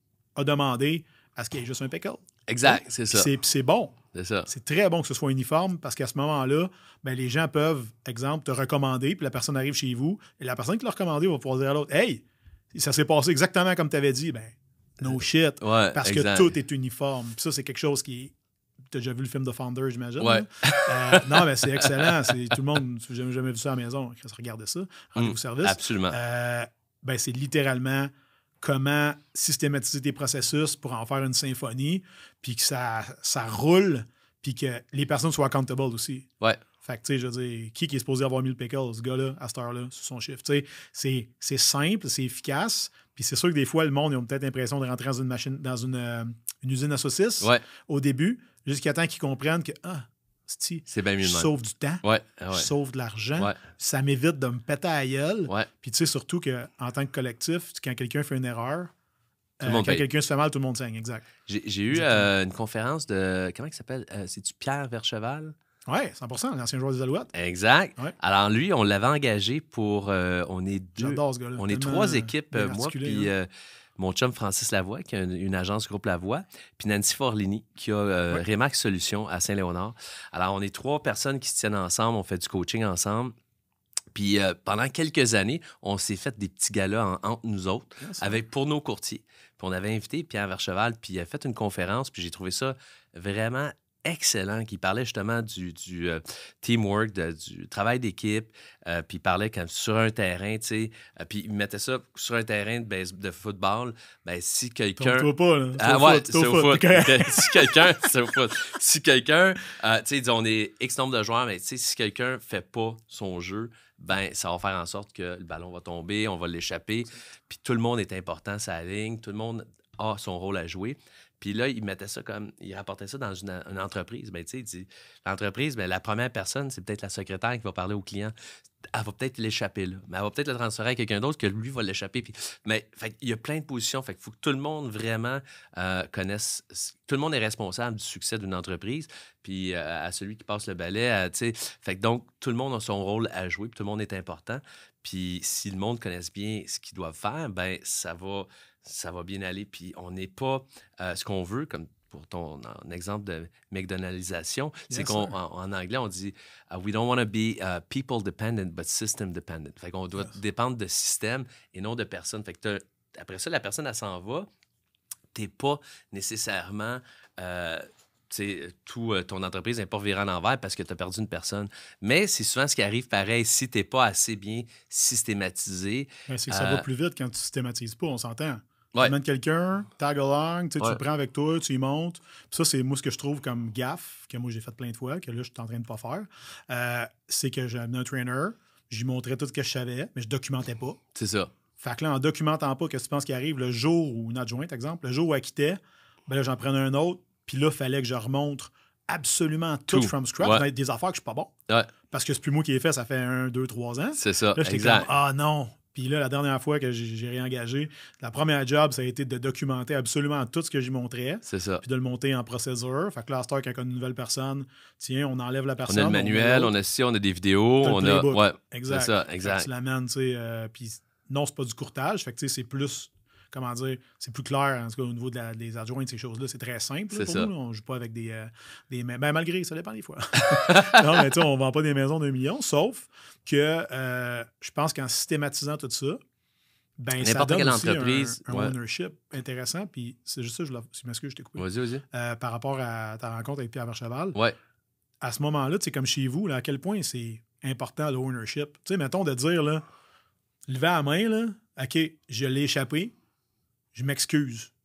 a demandé à ce qu'il y ait juste un pickle. Exact, c'est ça. Puis c'est bon. C'est ça. C'est très bon que ce soit uniforme parce qu'à ce moment-là, ben, les gens peuvent, exemple, te recommander, puis la personne arrive chez vous, et la personne qui l'a recommandé va pouvoir dire à l'autre, « Hey, ça s'est passé exactement comme tu avais dit. » Ben, no shit. Ouais, parce exact. que tout est uniforme. Puis ça, c'est quelque chose qui est... Tu as déjà vu le film The Founder, j'imagine? Ouais. Euh, non, mais c'est excellent. C'est, tout le monde, j'ai jamais, jamais vu ça à la maison. Regardez ça. Rendez-vous mm, service. Absolument. Euh, ben, c'est littéralement comment systématiser tes processus pour en faire une symphonie, puis que ça, ça roule, puis que les personnes soient accountable aussi. Ouais. Fait que, tu sais, je veux dire, qui, qui est supposé avoir mille pickles, ce gars-là, à cette heure-là, sur son chiffre? Tu sais, c'est, c'est simple, c'est efficace, puis c'est sûr que des fois, le monde, ils ont peut-être l'impression de rentrer dans une machine, dans une, euh, une usine à saucisses ouais. au début, jusqu'à temps qu'ils comprennent que, ah, c'est, c'est bien mieux je sauve du temps, ouais. je Ouais. sauve de l'argent, ouais. ça m'évite de me péter à la gueule. Ouais. Puis tu sais, surtout qu'en tant que collectif, quand quelqu'un fait une erreur, tout euh, le monde quand paye. quelqu'un se fait mal, tout le monde saigne, exact. J'ai, j'ai eu euh, une conférence de, comment il s'appelle? Euh, c'est-tu Pierre Vercheval? Oui, cent pour cent, l'ancien joueur des Alouettes. Exact. Ouais. Alors lui, on l'avait engagé pour, euh, on est deux, J'adore ce gars-là. on est trois équipes, bien moi, articulé, puis hein. euh, mon chum Francis Lavoie, qui a une, une agence Groupe Lavoie, puis Nancy Forlini, qui a euh, Ouais. Remax Solutions à Saint-Léonard. Alors, on est trois personnes qui se tiennent ensemble, on fait du coaching ensemble. Puis euh, pendant quelques années, on s'est fait des petits galas en, entre nous autres, Yes. avec, pour nos courtiers. Puis on avait invité Pierre Vercheval, puis il a fait une conférence, puis j'ai trouvé ça vraiment excellent, qui parlait justement du, du euh, teamwork, de- du travail d'équipe, euh, puis il parlait comme sur un terrain, tu sais, euh, puis il mettait ça sur un terrain de, base- de football, ben si quelqu'un... Trompe-toi pas, là. C'est Ah au ouais, foot, c'est au foot. OK. Ok, si quelqu'un, c'est au foot. Si quelqu'un, euh, tu sais, disons, on est X nombre de joueurs, mais tu sais, si quelqu'un fait pas son jeu, ben ça va faire en sorte que le ballon va tomber, on va l'échapper, puis tout le monde est important, ça ligne, tout le monde a son rôle à jouer. Puis là, il mettait ça comme, il rapportait ça dans une, une entreprise. Ben, tu sais, il dit, l'entreprise, ben, la première personne, c'est peut-être la secrétaire qui va parler au client. Elle va peut-être l'échapper là, mais elle va peut-être le transférer à quelqu'un d'autre que lui va l'échapper. Puis, mais fait, il y a plein de positions. Fait qu'il faut que tout le monde vraiment euh, connaisse. Tout le monde est responsable du succès d'une entreprise. Puis euh, à celui qui passe le balai, à, tu sais. Fait que donc, tout le monde a son rôle à jouer. Puis tout le monde est important. Puis si le monde connaisse bien ce qu'ils doivent faire, ben ça va, ça va bien aller. Puis on n'est pas euh, ce qu'on veut, comme pour ton en exemple de McDonaldisation, c'est Yes, qu'en sir. en anglais, on dit uh, we don't want to be uh, people dependent, but system dependent. Fait qu'on doit Yes. dépendre de système et non de personne. Fait que t'as- après ça, la personne, elle s'en va. T'es pas nécessairement... Euh, tu sais, tout euh, ton entreprise n'est pas virée en envers parce que tu as perdu une personne. Mais c'est souvent ce qui arrive pareil si tu n'es pas assez bien systématisé. Ben, c'est que ça Euh, va plus vite quand tu systématises pas, on s'entend. Ouais. Tu amènes quelqu'un, tag along, tu sais, tu Ouais. le prends avec toi, tu y montes. Puis ça, c'est moi ce que je trouve comme gaffe, que moi j'ai fait plein de fois, que là, je suis en train de pas faire. Euh, c'est que j'ai amené un trainer, j'y montrais tout ce que je savais, mais je documentais pas. C'est ça. Fait que là, en documentant pas, qu'est-ce que tu penses qui arrive le jour où une adjointe, exemple, le jour où elle quittait, ben là, j'en prenais un autre, puis là, il fallait que je remonte absolument tout, Tout. from scratch, Ouais. dans des affaires que je suis pas bon. Ouais, Parce que c'est plus moi qui ai fait, ça fait un, deux, trois ans. c'est ça. Là, j'étais Exact. comme, ah non. Puis là, la dernière fois que j'ai, j'ai réengagé, la première job, ça a été de documenter absolument tout ce que j'y montrais, C'est ça. puis de le monter en procédure. Fait que là, à cette heure, quand on a une nouvelle personne, tiens, on enlève la On personne. a le manuel, met on a ci, on a des vidéos, T'as le on a... playbook. Ouais, exact. c'est ça, Fait que exact. tu l'amènes, tu sais. euh, puis non, c'est pas du courtage. Fait que tu sais, c'est plus, comment dire, c'est plus clair, en tout cas, au niveau de la- des adjoints de ces choses-là. C'est très simple là, C'est pour ça. nous. Là. On joue pas avec des. euh, des ma- ben, malgré, ça dépend des fois. non, mais tu sais, on vend pas des maisons d'un million, sauf que euh, je pense qu'en systématisant tout ça, ben, ça N'importe donne quelle aussi entreprise, un, un ouais. ownership intéressant. Puis c'est juste ça, je, la- je m'excuse, je t'ai coupé. Vas-y, vas-y. Euh, par rapport à ta rencontre avec Pierre Vercheval, Ouais, à ce moment-là, tu sais, comme chez vous, là, à quel point c'est important le ownership. Tu sais, mettons de dire, là, lever la main, là, OK, je l'ai échappé, je m'excuse.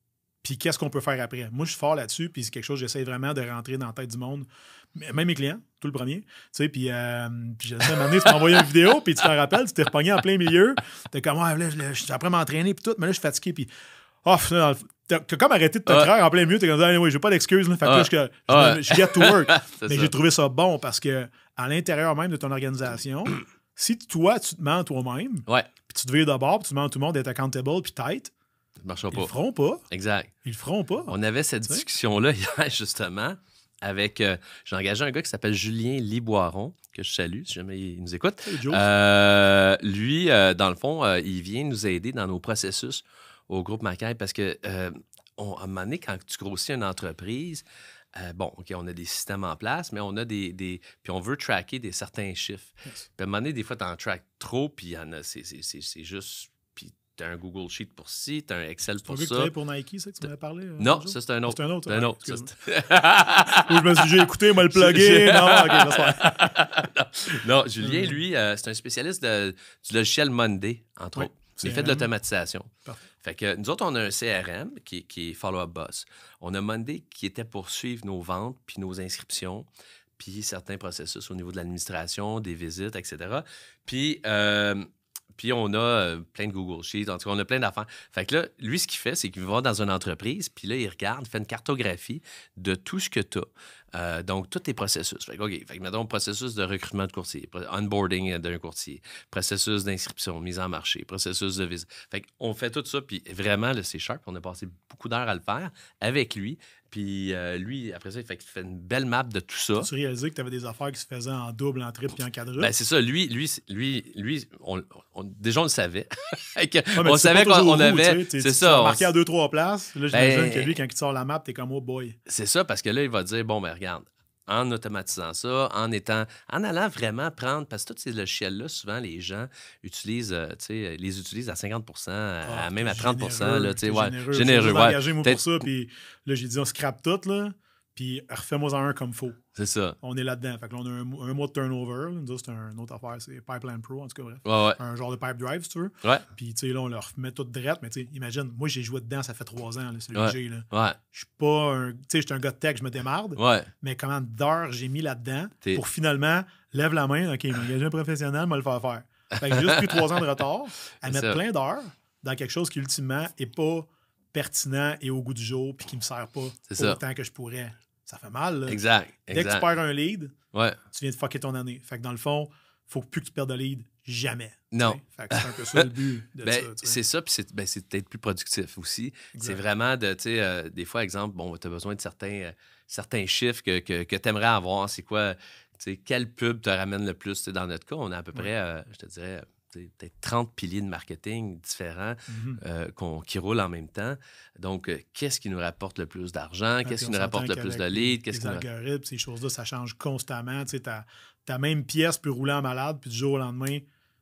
puis qu'est-ce qu'on peut faire après. Moi, je suis fort là-dessus, puis c'est quelque chose que j'essaie vraiment de rentrer dans la tête du monde. Même mes clients, tout le premier. Tu sais, puis, euh, puis je sais, à un moment donné, tu m'as envoyé une vidéo, puis tu t'en rappelles, tu t'es repogné en plein milieu. T'es comme, ouais, là, je suis après m'entraîner, puis tout, mais là, je suis fatigué, puis, oh, t'as comme arrêté de te ouais. craindre en plein milieu. T'es comme, ah, oui, j'ai pas d'excuses, là. Fait que ouais. là, je, je, ouais. je get to work. Mais ça. J'ai trouvé ça bon parce que à l'intérieur même de ton organisation, si toi, tu te mens toi-même, ouais. puis tu te vires de bord, puis tu demandes à tout le monde d'être accountable, puis tight, ça marchera ils pas. le feront pas. Exact. Ils le feront pas. On avait cette discussion-là hier, justement. Avec, euh, j'ai engagé un gars qui s'appelle Julien Liboiron, que je salue, si jamais il nous écoute. Hey, euh, lui, euh, dans le fond, euh, il vient nous aider dans nos processus au groupe Macaille parce que, euh, on, à un moment donné, quand tu grossis une entreprise, euh, bon, OK, on a des systèmes en place, mais on a des... des puis on veut tracker des certains chiffres. Yes. Puis à un moment donné, des fois, tu en traques trop, puis il y en a, c'est, c'est, c'est, c'est juste... T'as un Google Sheet pour ci, t'as un Excel pour ça. Tu as pour Nike, ça que tu m'avais parlé? Euh, non, ça, c'est un autre. C'est un autre. C'est un autre. Ouais, oui, je me suis dit, j'ai écouté, il m'a le plugué. non, OK, ça non, non, Julien, lui, euh, c'est un spécialiste de, du logiciel Monday, entre oui, autres. Il fait de l'automatisation. Parfait. Fait que nous autres, on a un C R M qui, qui est Follow-up Boss. On a Monday qui était pour suivre nos ventes puis nos inscriptions, puis certains processus au niveau de l'administration, des visites, et cetera. Puis... Euh, Puis on a euh, plein de Google Sheets, en tout cas, on a plein d'affaires. Fait que là, lui, ce qu'il fait, c'est qu'il va dans une entreprise, puis là, il regarde, fait une cartographie de tout ce que tu as. Euh, donc, tous tes processus. Fait que, OK, fait que, mettons, processus de recrutement de courtier, onboarding d'un courtier, processus d'inscription, mise en marché, processus de visite. Fait qu'on fait tout ça, puis vraiment, là, c'est sharp. On a passé beaucoup d'heures à le faire avec lui. Puis euh, lui, après ça, il fait, il fait une belle map de tout ça. Tu réalisais que tu avais des affaires qui se faisaient en double, en triple et en quadruple? Ben, c'est ça. Lui, lui, lui, lui on, on, déjà, on le savait. que, ouais, on savait qu'on on avait... C'est tu ça. On marqué à deux, trois places. Là, j'imagine ben, que lui, quand il sort la map, t'es comme « Oh boy ». C'est ça, parce que là, il va dire, bon, ben regarde, en automatisant ça, en étant, en allant vraiment prendre, parce que tous ces logiciels-là, souvent, les gens utilisent, euh, tu sais, les utilisent à cinquante pour cent, à, oh, même à trente pour cent, là, tu sais, ouais, généreux. généreux, ouais. engagé, moi, Peut-être... pour ça, puis là, j'ai dit, on scrape tout, là, puis refais-moi en un comme faux. C'est ça. On est là-dedans. Fait que là, on a un, un mois de turnover. Là. Nous, c'est un, une autre affaire. C'est Pipeline Pro, en tout cas, bref. Ouais, ouais. Un genre de pipe drive, si tu veux. Ouais. Puis, tu sais, là, on leur remet tout drette. Mais, tu sais, imagine, moi, j'ai joué dedans, ça fait trois ans, là, c'est le ouais. G, là. Ouais. Je suis pas un... Tu sais, je suis un gars de tech, je me démarde. Ouais. Mais comment d'heures j'ai mis là-dedans T'es... pour finalement, lève la main, OK, m'engager un professionnel, m'a le faire faire. Fait que j'ai juste pris trois ans de retard à mettre ça. plein d'heures dans quelque chose qui, ultimement, est pas pertinent et au goût du jour puis qui me sert pas autant que je pourrais. Ça fait mal, là. Exact, exact. Dès que tu perds un lead, ouais. tu viens de fucker ton année. Fait que dans le fond, faut plus que tu perdes de lead jamais. Non. T'sais. Fait que c'est un peu ça le but de ben, ça. C'est ça, puis c'est, ben, c'est peut-être plus productif aussi. Exact. C'est vraiment de, tu sais, euh, des fois, exemple, bon, tu as besoin de certains, euh, certains chiffres que, que, que tu aimerais avoir. C'est quoi, tu sais, quelle pub te ramène le plus? T'sais, dans notre cas, on a à peu près, ouais. euh, je te dirais, peut-être trente piliers de marketing différents mm-hmm. euh, qu'on, qui roulent en même temps. Donc, euh, qu'est-ce qui nous rapporte le plus d'argent? Qu'est-ce qui nous rapporte le plus de leads? Les, les algorithmes, ces choses-là, ça change constamment. Tu sais, ta, ta même pièce peut rouler en malade, puis du jour au lendemain,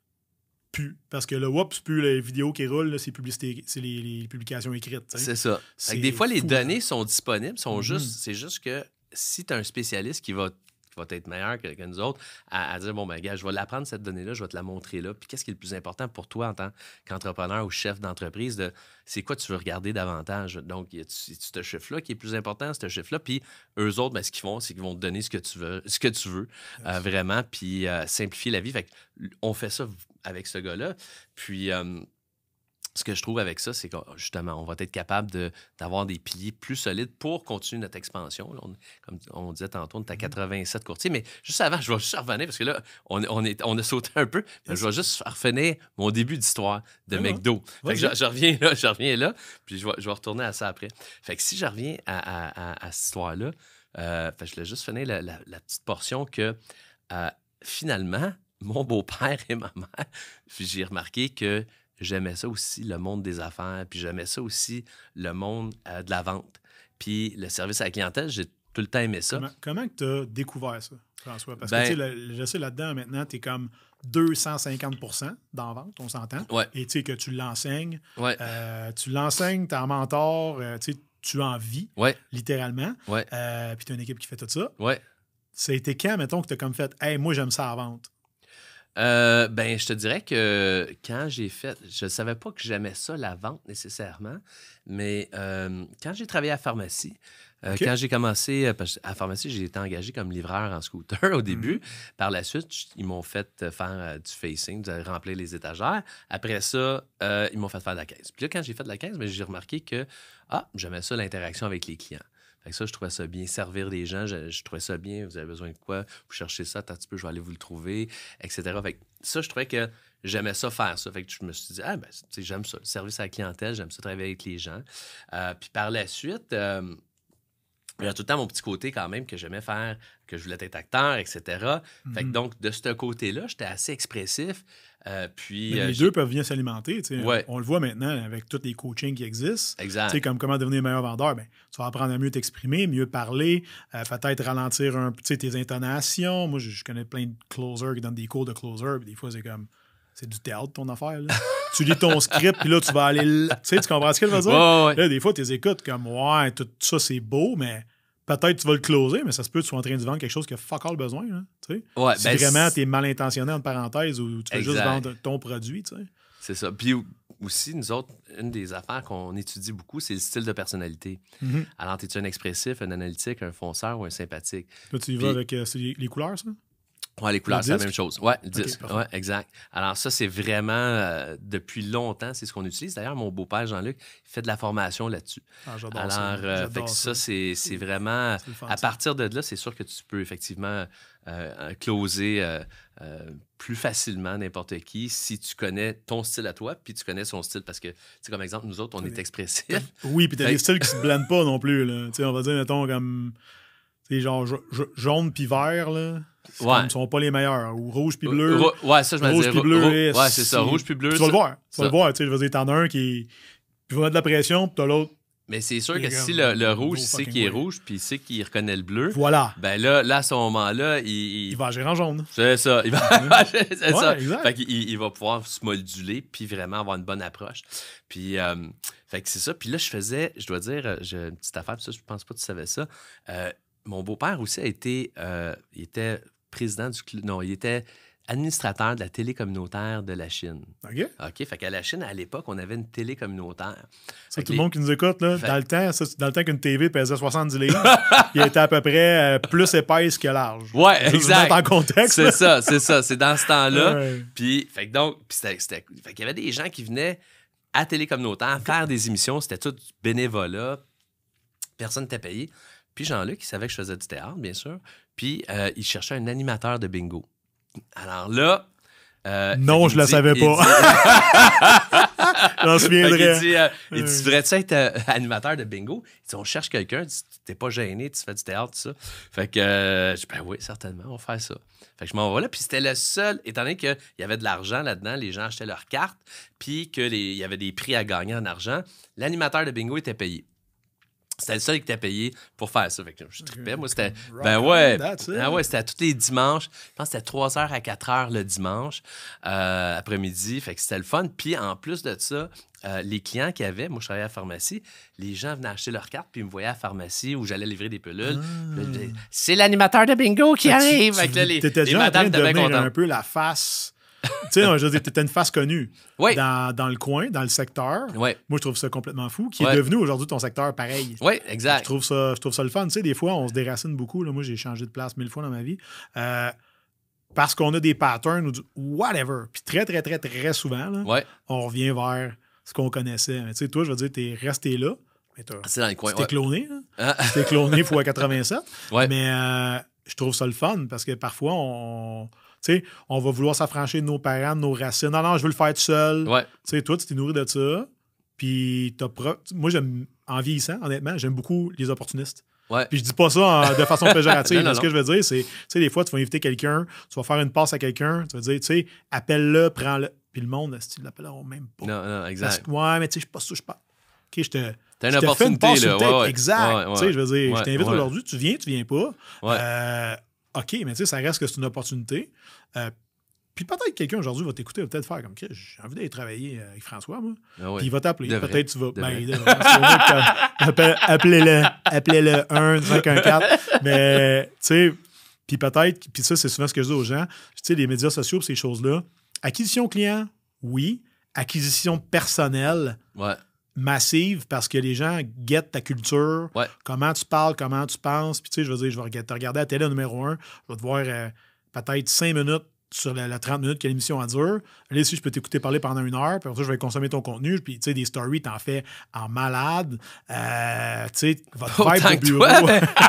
plus. Parce que là, oups, plus les vidéos qui roulent, là, c'est, publicité, c'est les, les publications écrites. T'sais. C'est ça. C'est des fois, fou, les données sont disponibles, sont mm-hmm. juste, c'est juste que si tu as un spécialiste qui va va être meilleur que, que nous autres, à, à dire, bon, ben gars, je vais l'apprendre, cette donnée-là, je vais te la montrer là. Puis qu'est-ce qui est le plus important pour toi en tant qu'entrepreneur ou chef d'entreprise? De, c'est quoi tu veux regarder davantage? Donc, y a-tu ce chiffre-là qui est plus important, ce chiffre-là? Puis eux autres, ben, ce qu'ils font, c'est qu'ils vont te donner ce que tu veux, ce que tu veux euh, vraiment, puis euh, simplifier la vie. Fait qu'on fait ça avec ce gars-là. Puis... Euh, ce que je trouve avec ça, c'est que justement, on va être capable de, d'avoir des piliers plus solides pour continuer notre expansion. Là, on, comme on disait tantôt, on est à quatre-vingt-sept courtiers. Mais juste avant, je vais juste revenir parce que là, on, on, est, on a sauté un peu. Mais je vais juste refinir mon début d'histoire de ouais, McDo. Fait que je, je reviens là, je reviens là, puis je vais, je vais retourner à ça après. Fait que si je reviens à, à, à, à cette histoire-là, euh, fait que je voulais juste finir la, la, la petite portion que euh, finalement, mon beau-père et ma mère, puis j'ai remarqué que j'aimais ça aussi, le monde des affaires, puis j'aimais ça aussi, le monde euh, de la vente. Puis le service à la clientèle, j'ai tout le temps aimé ça. Comment, comment tu as découvert ça, François? Parce ben, que, tu sais, le, je sais, là-dedans, maintenant, tu es comme deux cent cinquante pour cent dans la vente, on s'entend. Ouais. Et tu sais, que tu l'enseignes. Ouais. Euh, tu l'enseignes, tu es en mentor, euh, tu sais, tu en vis, ouais. littéralement. Ouais. Euh, puis tu as une équipe qui fait tout ça. Ouais. Ça a été quand, mettons, que tu as comme fait « Hey, moi, j'aime ça à la vente ». Euh, ben, je te dirais que quand j'ai fait... Je ne savais pas que j'aimais ça, la vente, nécessairement, mais euh, quand j'ai travaillé à la pharmacie, euh, okay. quand j'ai commencé... Parce à la pharmacie, j'ai été engagé comme livreur en scooter au début. Mm-hmm. Par la suite, ils m'ont fait faire euh, du facing, de remplir les étagères. Après ça, euh, ils m'ont fait faire de la caisse. Puis là, quand j'ai fait de la caisse, ben, j'ai remarqué que ah, j'aimais ça, l'interaction avec les clients. Fait que ça, je trouvais ça bien. Servir des gens, je, je trouvais ça bien. Vous avez besoin de quoi? Vous cherchez ça, un petit peu, je vais aller vous le trouver, et cetera. Fait que ça, je trouvais que j'aimais ça faire ça. Fait que je me suis dit, ah, ben, tu sais, j'aime ça. Le service à la clientèle, j'aime ça travailler avec les gens. Euh, puis par la suite, euh, il y a tout le temps mon petit côté quand même que j'aimais faire, que je voulais être acteur, et cetera. Mm-hmm. Fait que donc, de ce côté-là, j'étais assez expressif. Euh, puis, euh, les deux peuvent bien s'alimenter. Ouais. On le voit maintenant avec tous les coachings qui existent. Exact. Comme comment devenir meilleur vendeur. Ben, tu vas apprendre à mieux t'exprimer, mieux parler, euh, peut-être ralentir un peu tes intonations. Moi, je, je connais plein de closers qui donnent des cours de closer. Puis des fois, c'est comme... C'est du théâtre, ton affaire. Là. Tu lis ton script, puis là, tu vas aller... Tu sais, tu comprends ce que je veux dire? Ouais, ouais. Là, des fois, tu les écoutes comme, ouais, tout ça, c'est beau, mais... Peut-être tu vas le closer, mais ça se peut que tu sois en train de vendre quelque chose qui a fuck all besoin. Là, ouais, si ben vraiment tu es mal intentionné, entre parenthèses, ou tu veux exact. juste vendre ton produit. T'sais. C'est ça. Puis aussi, nous autres, une des affaires qu'on étudie beaucoup, c'est le style de personnalité. Mm-hmm. Alors, es-tu un expressif, un analytique, un fonceur ou un sympathique? Là, tu y vas Puis, avec euh, les, les couleurs, ça? Oui, les couleurs, c'est la même chose. Oui, le okay, disque. Oui, exact. Alors, ça, c'est vraiment, euh, depuis longtemps, c'est ce qu'on utilise. D'ailleurs, mon beau-père, Jean-Luc, il fait de la formation là-dessus. Ah, j'adore Alors, ça. euh, j'adore fait que ça, ça. c'est, c'est vraiment... C'est fun, à partir de là, c'est sûr que tu peux effectivement euh, closer euh, euh, plus facilement n'importe qui si tu connais ton style à toi, puis tu connais son style. Parce que, tu sais, comme exemple, nous autres, on est expressifs. Oui, puis t'as des styles qui se blendent pas non plus. Là. On va dire, mettons, comme... C'est genre jaune puis vert, là. Ouais. Ils sont pas les meilleurs. Ou rouge puis bleu. Ro- ouais, ça, je me Rouge puis bleu. Ro- ouais, c'est ça. Rouge puis bleu. Tu vas le voir. Tu vas le voir. Tu sais, je veux dire, t'en as un qui. Puis il va mettre de la pression, puis t'as l'autre. Mais c'est sûr que si le, le rouge sait qu'il est rouge, puis il sait qu'il reconnaît le bleu. Voilà. Ben là, là à ce moment-là, il. Il, il va agir en jaune. C'est ça. Il va c'est ouais, ça. Exact. Fait qu'il il va pouvoir se moduler, puis vraiment avoir une bonne approche. Puis, euh, fait que c'est ça. Puis là, je faisais, je dois dire, j'ai une petite affaire, puis ça, je pense pas que tu savais ça. Euh, Mon beau-père aussi a été, euh, il était président du... Non, il était administrateur de la télé communautaire de la Chine. OK. OK, fait qu'à la Chine, à l'époque, on avait une télé communautaire. C'est tout le monde qui nous écoute, là. Fait... Dans le temps, ça, dans le temps qu'une T V pesait soixante-dix livres, il était à peu près euh, plus épaisse que large. Ouais, exact. En contexte. C'est ça, c'est ça. C'est dans ce temps-là. Ouais. Puis, fait que donc, puis c'était, c'était... Fait qu'il y avait des gens qui venaient à télé communautaire faire des émissions. C'était tout bénévolat. Personne n'était payé. Puis Jean-Luc, il savait que je faisais du théâtre, bien sûr. Puis euh, il cherchait un animateur de bingo. Alors là... Euh, non, je ne le savais il pas. Dit... J'en souviendrai. Il dit, euh, il dit, tu devrais-tu être euh, animateur de bingo? Il dit, on cherche quelqu'un. Tu n'es pas gêné, tu fais du théâtre, tout ça. Fait que euh, je dis, ben oui, certainement, on va faire ça. Fait que je m'en vais là. Puis c'était le seul, étant donné qu'il y avait de l'argent là-dedans, les gens achetaient leurs cartes, puis qu'il y avait des prix à gagner en argent, l'animateur de bingo était payé. C'était le seul qui était payé pour faire ça. Fait que je trippais. Moi, c'était. Ben ouais. Ben ouais, c'était tous les dimanches. Je pense que c'était trois heures à quatre heures le dimanche, euh, après-midi. Fait que c'était le fun. Puis en plus de ça, euh, les clients qu'il y avait, moi, je travaillais à la pharmacie, les gens venaient acheter leurs cartes, puis ils me voyaient à la pharmacie où j'allais livrer des pilules. Ah. Là, c'est l'animateur de bingo qui ben, arrive. Tu, fait que là, les, t'étais les déjà madames en train de devenir contentes. un peu la face. Tu sais, je veux dire, t'étais une face connue oui. dans, dans le coin, dans le secteur. Oui. Moi, je trouve ça complètement fou, qui oui. est devenu aujourd'hui ton secteur pareil. Oui, exact. Je trouve ça, je trouve ça le fun. Tu sais, des fois, on se déracine beaucoup. Là. Moi, j'ai changé de place mille fois dans ma vie. Euh, parce qu'on a des patterns ou du whatever. Puis très, très, très, très souvent, là, oui. on revient vers ce qu'on connaissait. Mais tu sais, toi, je veux dire, t'es resté là. Mais t'as, c'est dans le coin. T'es ouais. cloné. Ah. T'es cloné fois quatre-vingt-sept. Ouais. Mais euh, je trouve ça le fun parce que parfois, on... Tu sais, on va vouloir s'affranchir de nos parents, de nos racines. Non, non, je veux le faire tout seul. Ouais. Tu sais, toi, tu t'es nourri de ça. Puis, t'as pro... moi, j'aime, en vieillissant, honnêtement, j'aime beaucoup les opportunistes. Ouais. Puis, je dis pas ça en, de façon péjorative. non, non, ce que je veux dire, c'est, tu sais, des fois, tu vas inviter quelqu'un, tu vas faire une passe à quelqu'un, tu vas dire, tu sais, appelle-le, prends-le. Puis, le monde, si tu l'appelles, même pas. Non, non, exact. Parce que, ouais, mais tu sais, je suis pas sûr, je pas. OK, je te. T'as une je te opportunité, fais une passe là. sur Ouais, ouais. exact. Ouais, ouais. Tu sais, je veux dire, ouais, je t'invite ouais. aujourd'hui, tu viens, tu viens pas. Ouais. Euh, OK, mais tu sais, ça reste que c'est une opportunité. Euh, Puis peut-être quelqu'un aujourd'hui va t'écouter, va peut-être faire comme que j'ai envie d'aller travailler avec François, moi. Ah oui. Puis il va t'appeler. Devrait. Peut-être tu vas. Devrait. Ben, appelle, appelez-le. Appelez-le un cinq un quatre. Mais, tu sais, Puis peut-être, puis ça, c'est souvent ce que je dis aux gens, tu sais, les médias sociaux, ces choses-là, acquisition client, oui. Acquisition personnelle, ouais. massive, parce que les gens guettent ta culture, ouais. comment tu parles, comment tu penses. Puis tu sais, je veux dire, je vais te regarder à la télé numéro un, je vais te voir euh, peut-être cinq minutes sur la, la trente minutes que l'émission a dure. Là, ici, je peux t'écouter parler pendant une heure, puis après ça, je vais consommer ton contenu. Puis, tu sais, des stories, t'en fais en malade. Euh, tu sais, votre vibe au bureau.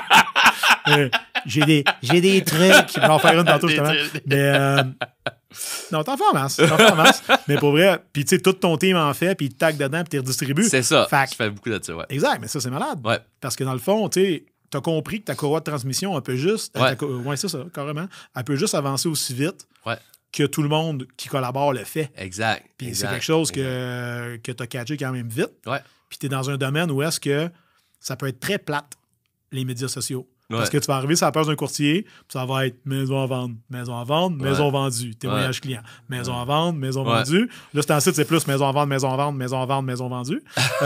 euh, j'ai, des, j'ai des trucs. Je vais en faire une tantôt, justement. Mais, euh, non, t'en fais en masse. T'en fais en masse. Mais pour vrai, puis tu sais, tout ton team en fait, puis il te tag dedans, puis tu redistribues. C'est ça. Fait, je fais beaucoup de ça, ouais. Exact, mais ça, c'est malade. Ouais. Parce que dans le fond, tu sais, t'as compris que ta courroie de transmission, elle peut juste. Ouais, ta, ouais c'est ça, carrément. Elle peut juste avancer aussi vite ouais. que tout le monde qui collabore le fait. Exact. Puis exact, c'est quelque chose exact. que, que t'as catché quand même vite. Ouais. Puis t'es dans un domaine où est-ce que ça peut être très plate, les médias sociaux. Ouais. Parce que tu vas arriver sur la page d'un courtier, puis ça va être maison à vendre, maison à vendre, maison ouais. vendue, témoignage ouais. client, maison ouais. à vendre, maison ouais. vendue. Là, c'est ensuite, c'est plus maison à vendre, maison à vendre, maison à vendre, maison vendue.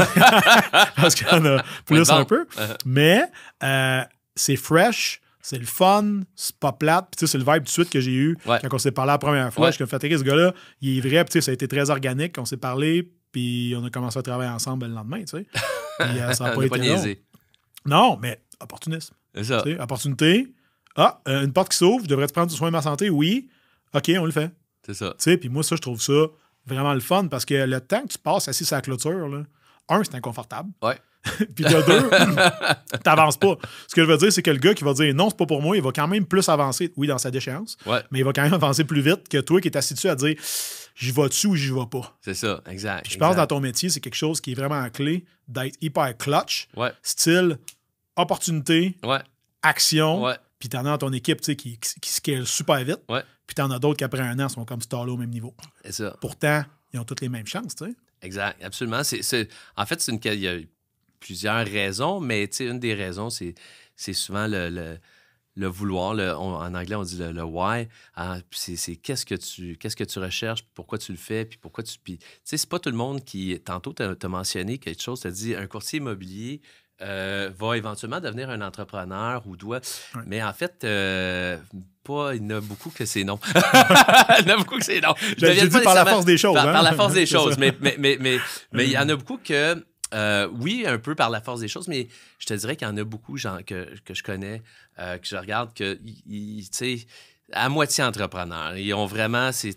Parce qu'il y en a plus un peu. Uh-huh. Mais euh, c'est fresh, c'est le fun, c'est pas plate. Puis tu sais, c'est le vibe tout de suite que j'ai eu ouais. quand on s'est parlé la première fois. Ouais. Je me suis fait, ce gars-là, il est vrai. Puis tu sais, ça a été très organique. On s'est parlé, puis on a commencé à travailler ensemble le lendemain, tu sais. Puis euh, ça n'a pas été pas long. Non, mais opportunisme. C'est ça. T'sais, opportunité. Ah, euh, une porte qui s'ouvre, je devrais te prendre soin de ma santé? Oui. OK, on le fait. C'est ça. Puis moi, ça, je trouve ça vraiment le fun parce que le temps que tu passes assis sur la clôture, là, un, c'est inconfortable. Ouais. Puis de deux, t'avances pas. Ce que je veux dire, c'est que le gars qui va dire non, c'est pas pour moi, il va quand même plus avancer, oui, dans sa déchéance, ouais. mais il va quand même avancer plus vite que toi qui es assis dessus à dire j'y vais-tu ou j'y vais pas. C'est ça, exact. Puis je exact. pense dans ton métier, c'est quelque chose qui est vraiment clé d'être hyper clutch, ouais. style opportunité, ouais. action. Ouais. Puis t'en as dans ton équipe qui, qui, qui scale super vite. Ouais. Puis t'en as d'autres qui, après un an, sont comme stallés au même niveau. C'est ça. Pourtant, ils ont toutes les mêmes chances, tu sais. Exact, absolument. C'est, c'est... En fait, c'est une... il y a plusieurs raisons, mais une des raisons, c'est, c'est souvent le, le, le vouloir. Le... On... En anglais, on dit le, le why. Hein? C'est, c'est qu'est-ce que tu qu'est-ce que tu recherches, pourquoi tu le fais, puis pourquoi tu... Puis, tu sais, c'est pas tout le monde qui... Tantôt, tu as mentionné quelque chose, tu as dit un courtier immobilier... Euh, va éventuellement devenir un entrepreneur ou doit. Ouais. Mais en fait, euh, pas, il y en a beaucoup que c'est non. Il y en a beaucoup que c'est non. Je l'ai dit par la force des choses. Par, hein? par la force des choses. mais mais, mais, mais, mais il y en a beaucoup que, euh, oui, un peu par la force des choses, mais je te dirais qu'il y en a beaucoup genre, que, que je connais, euh, que je regarde, que, tu sais, à moitié entrepreneurs. Ils ont vraiment. C'est,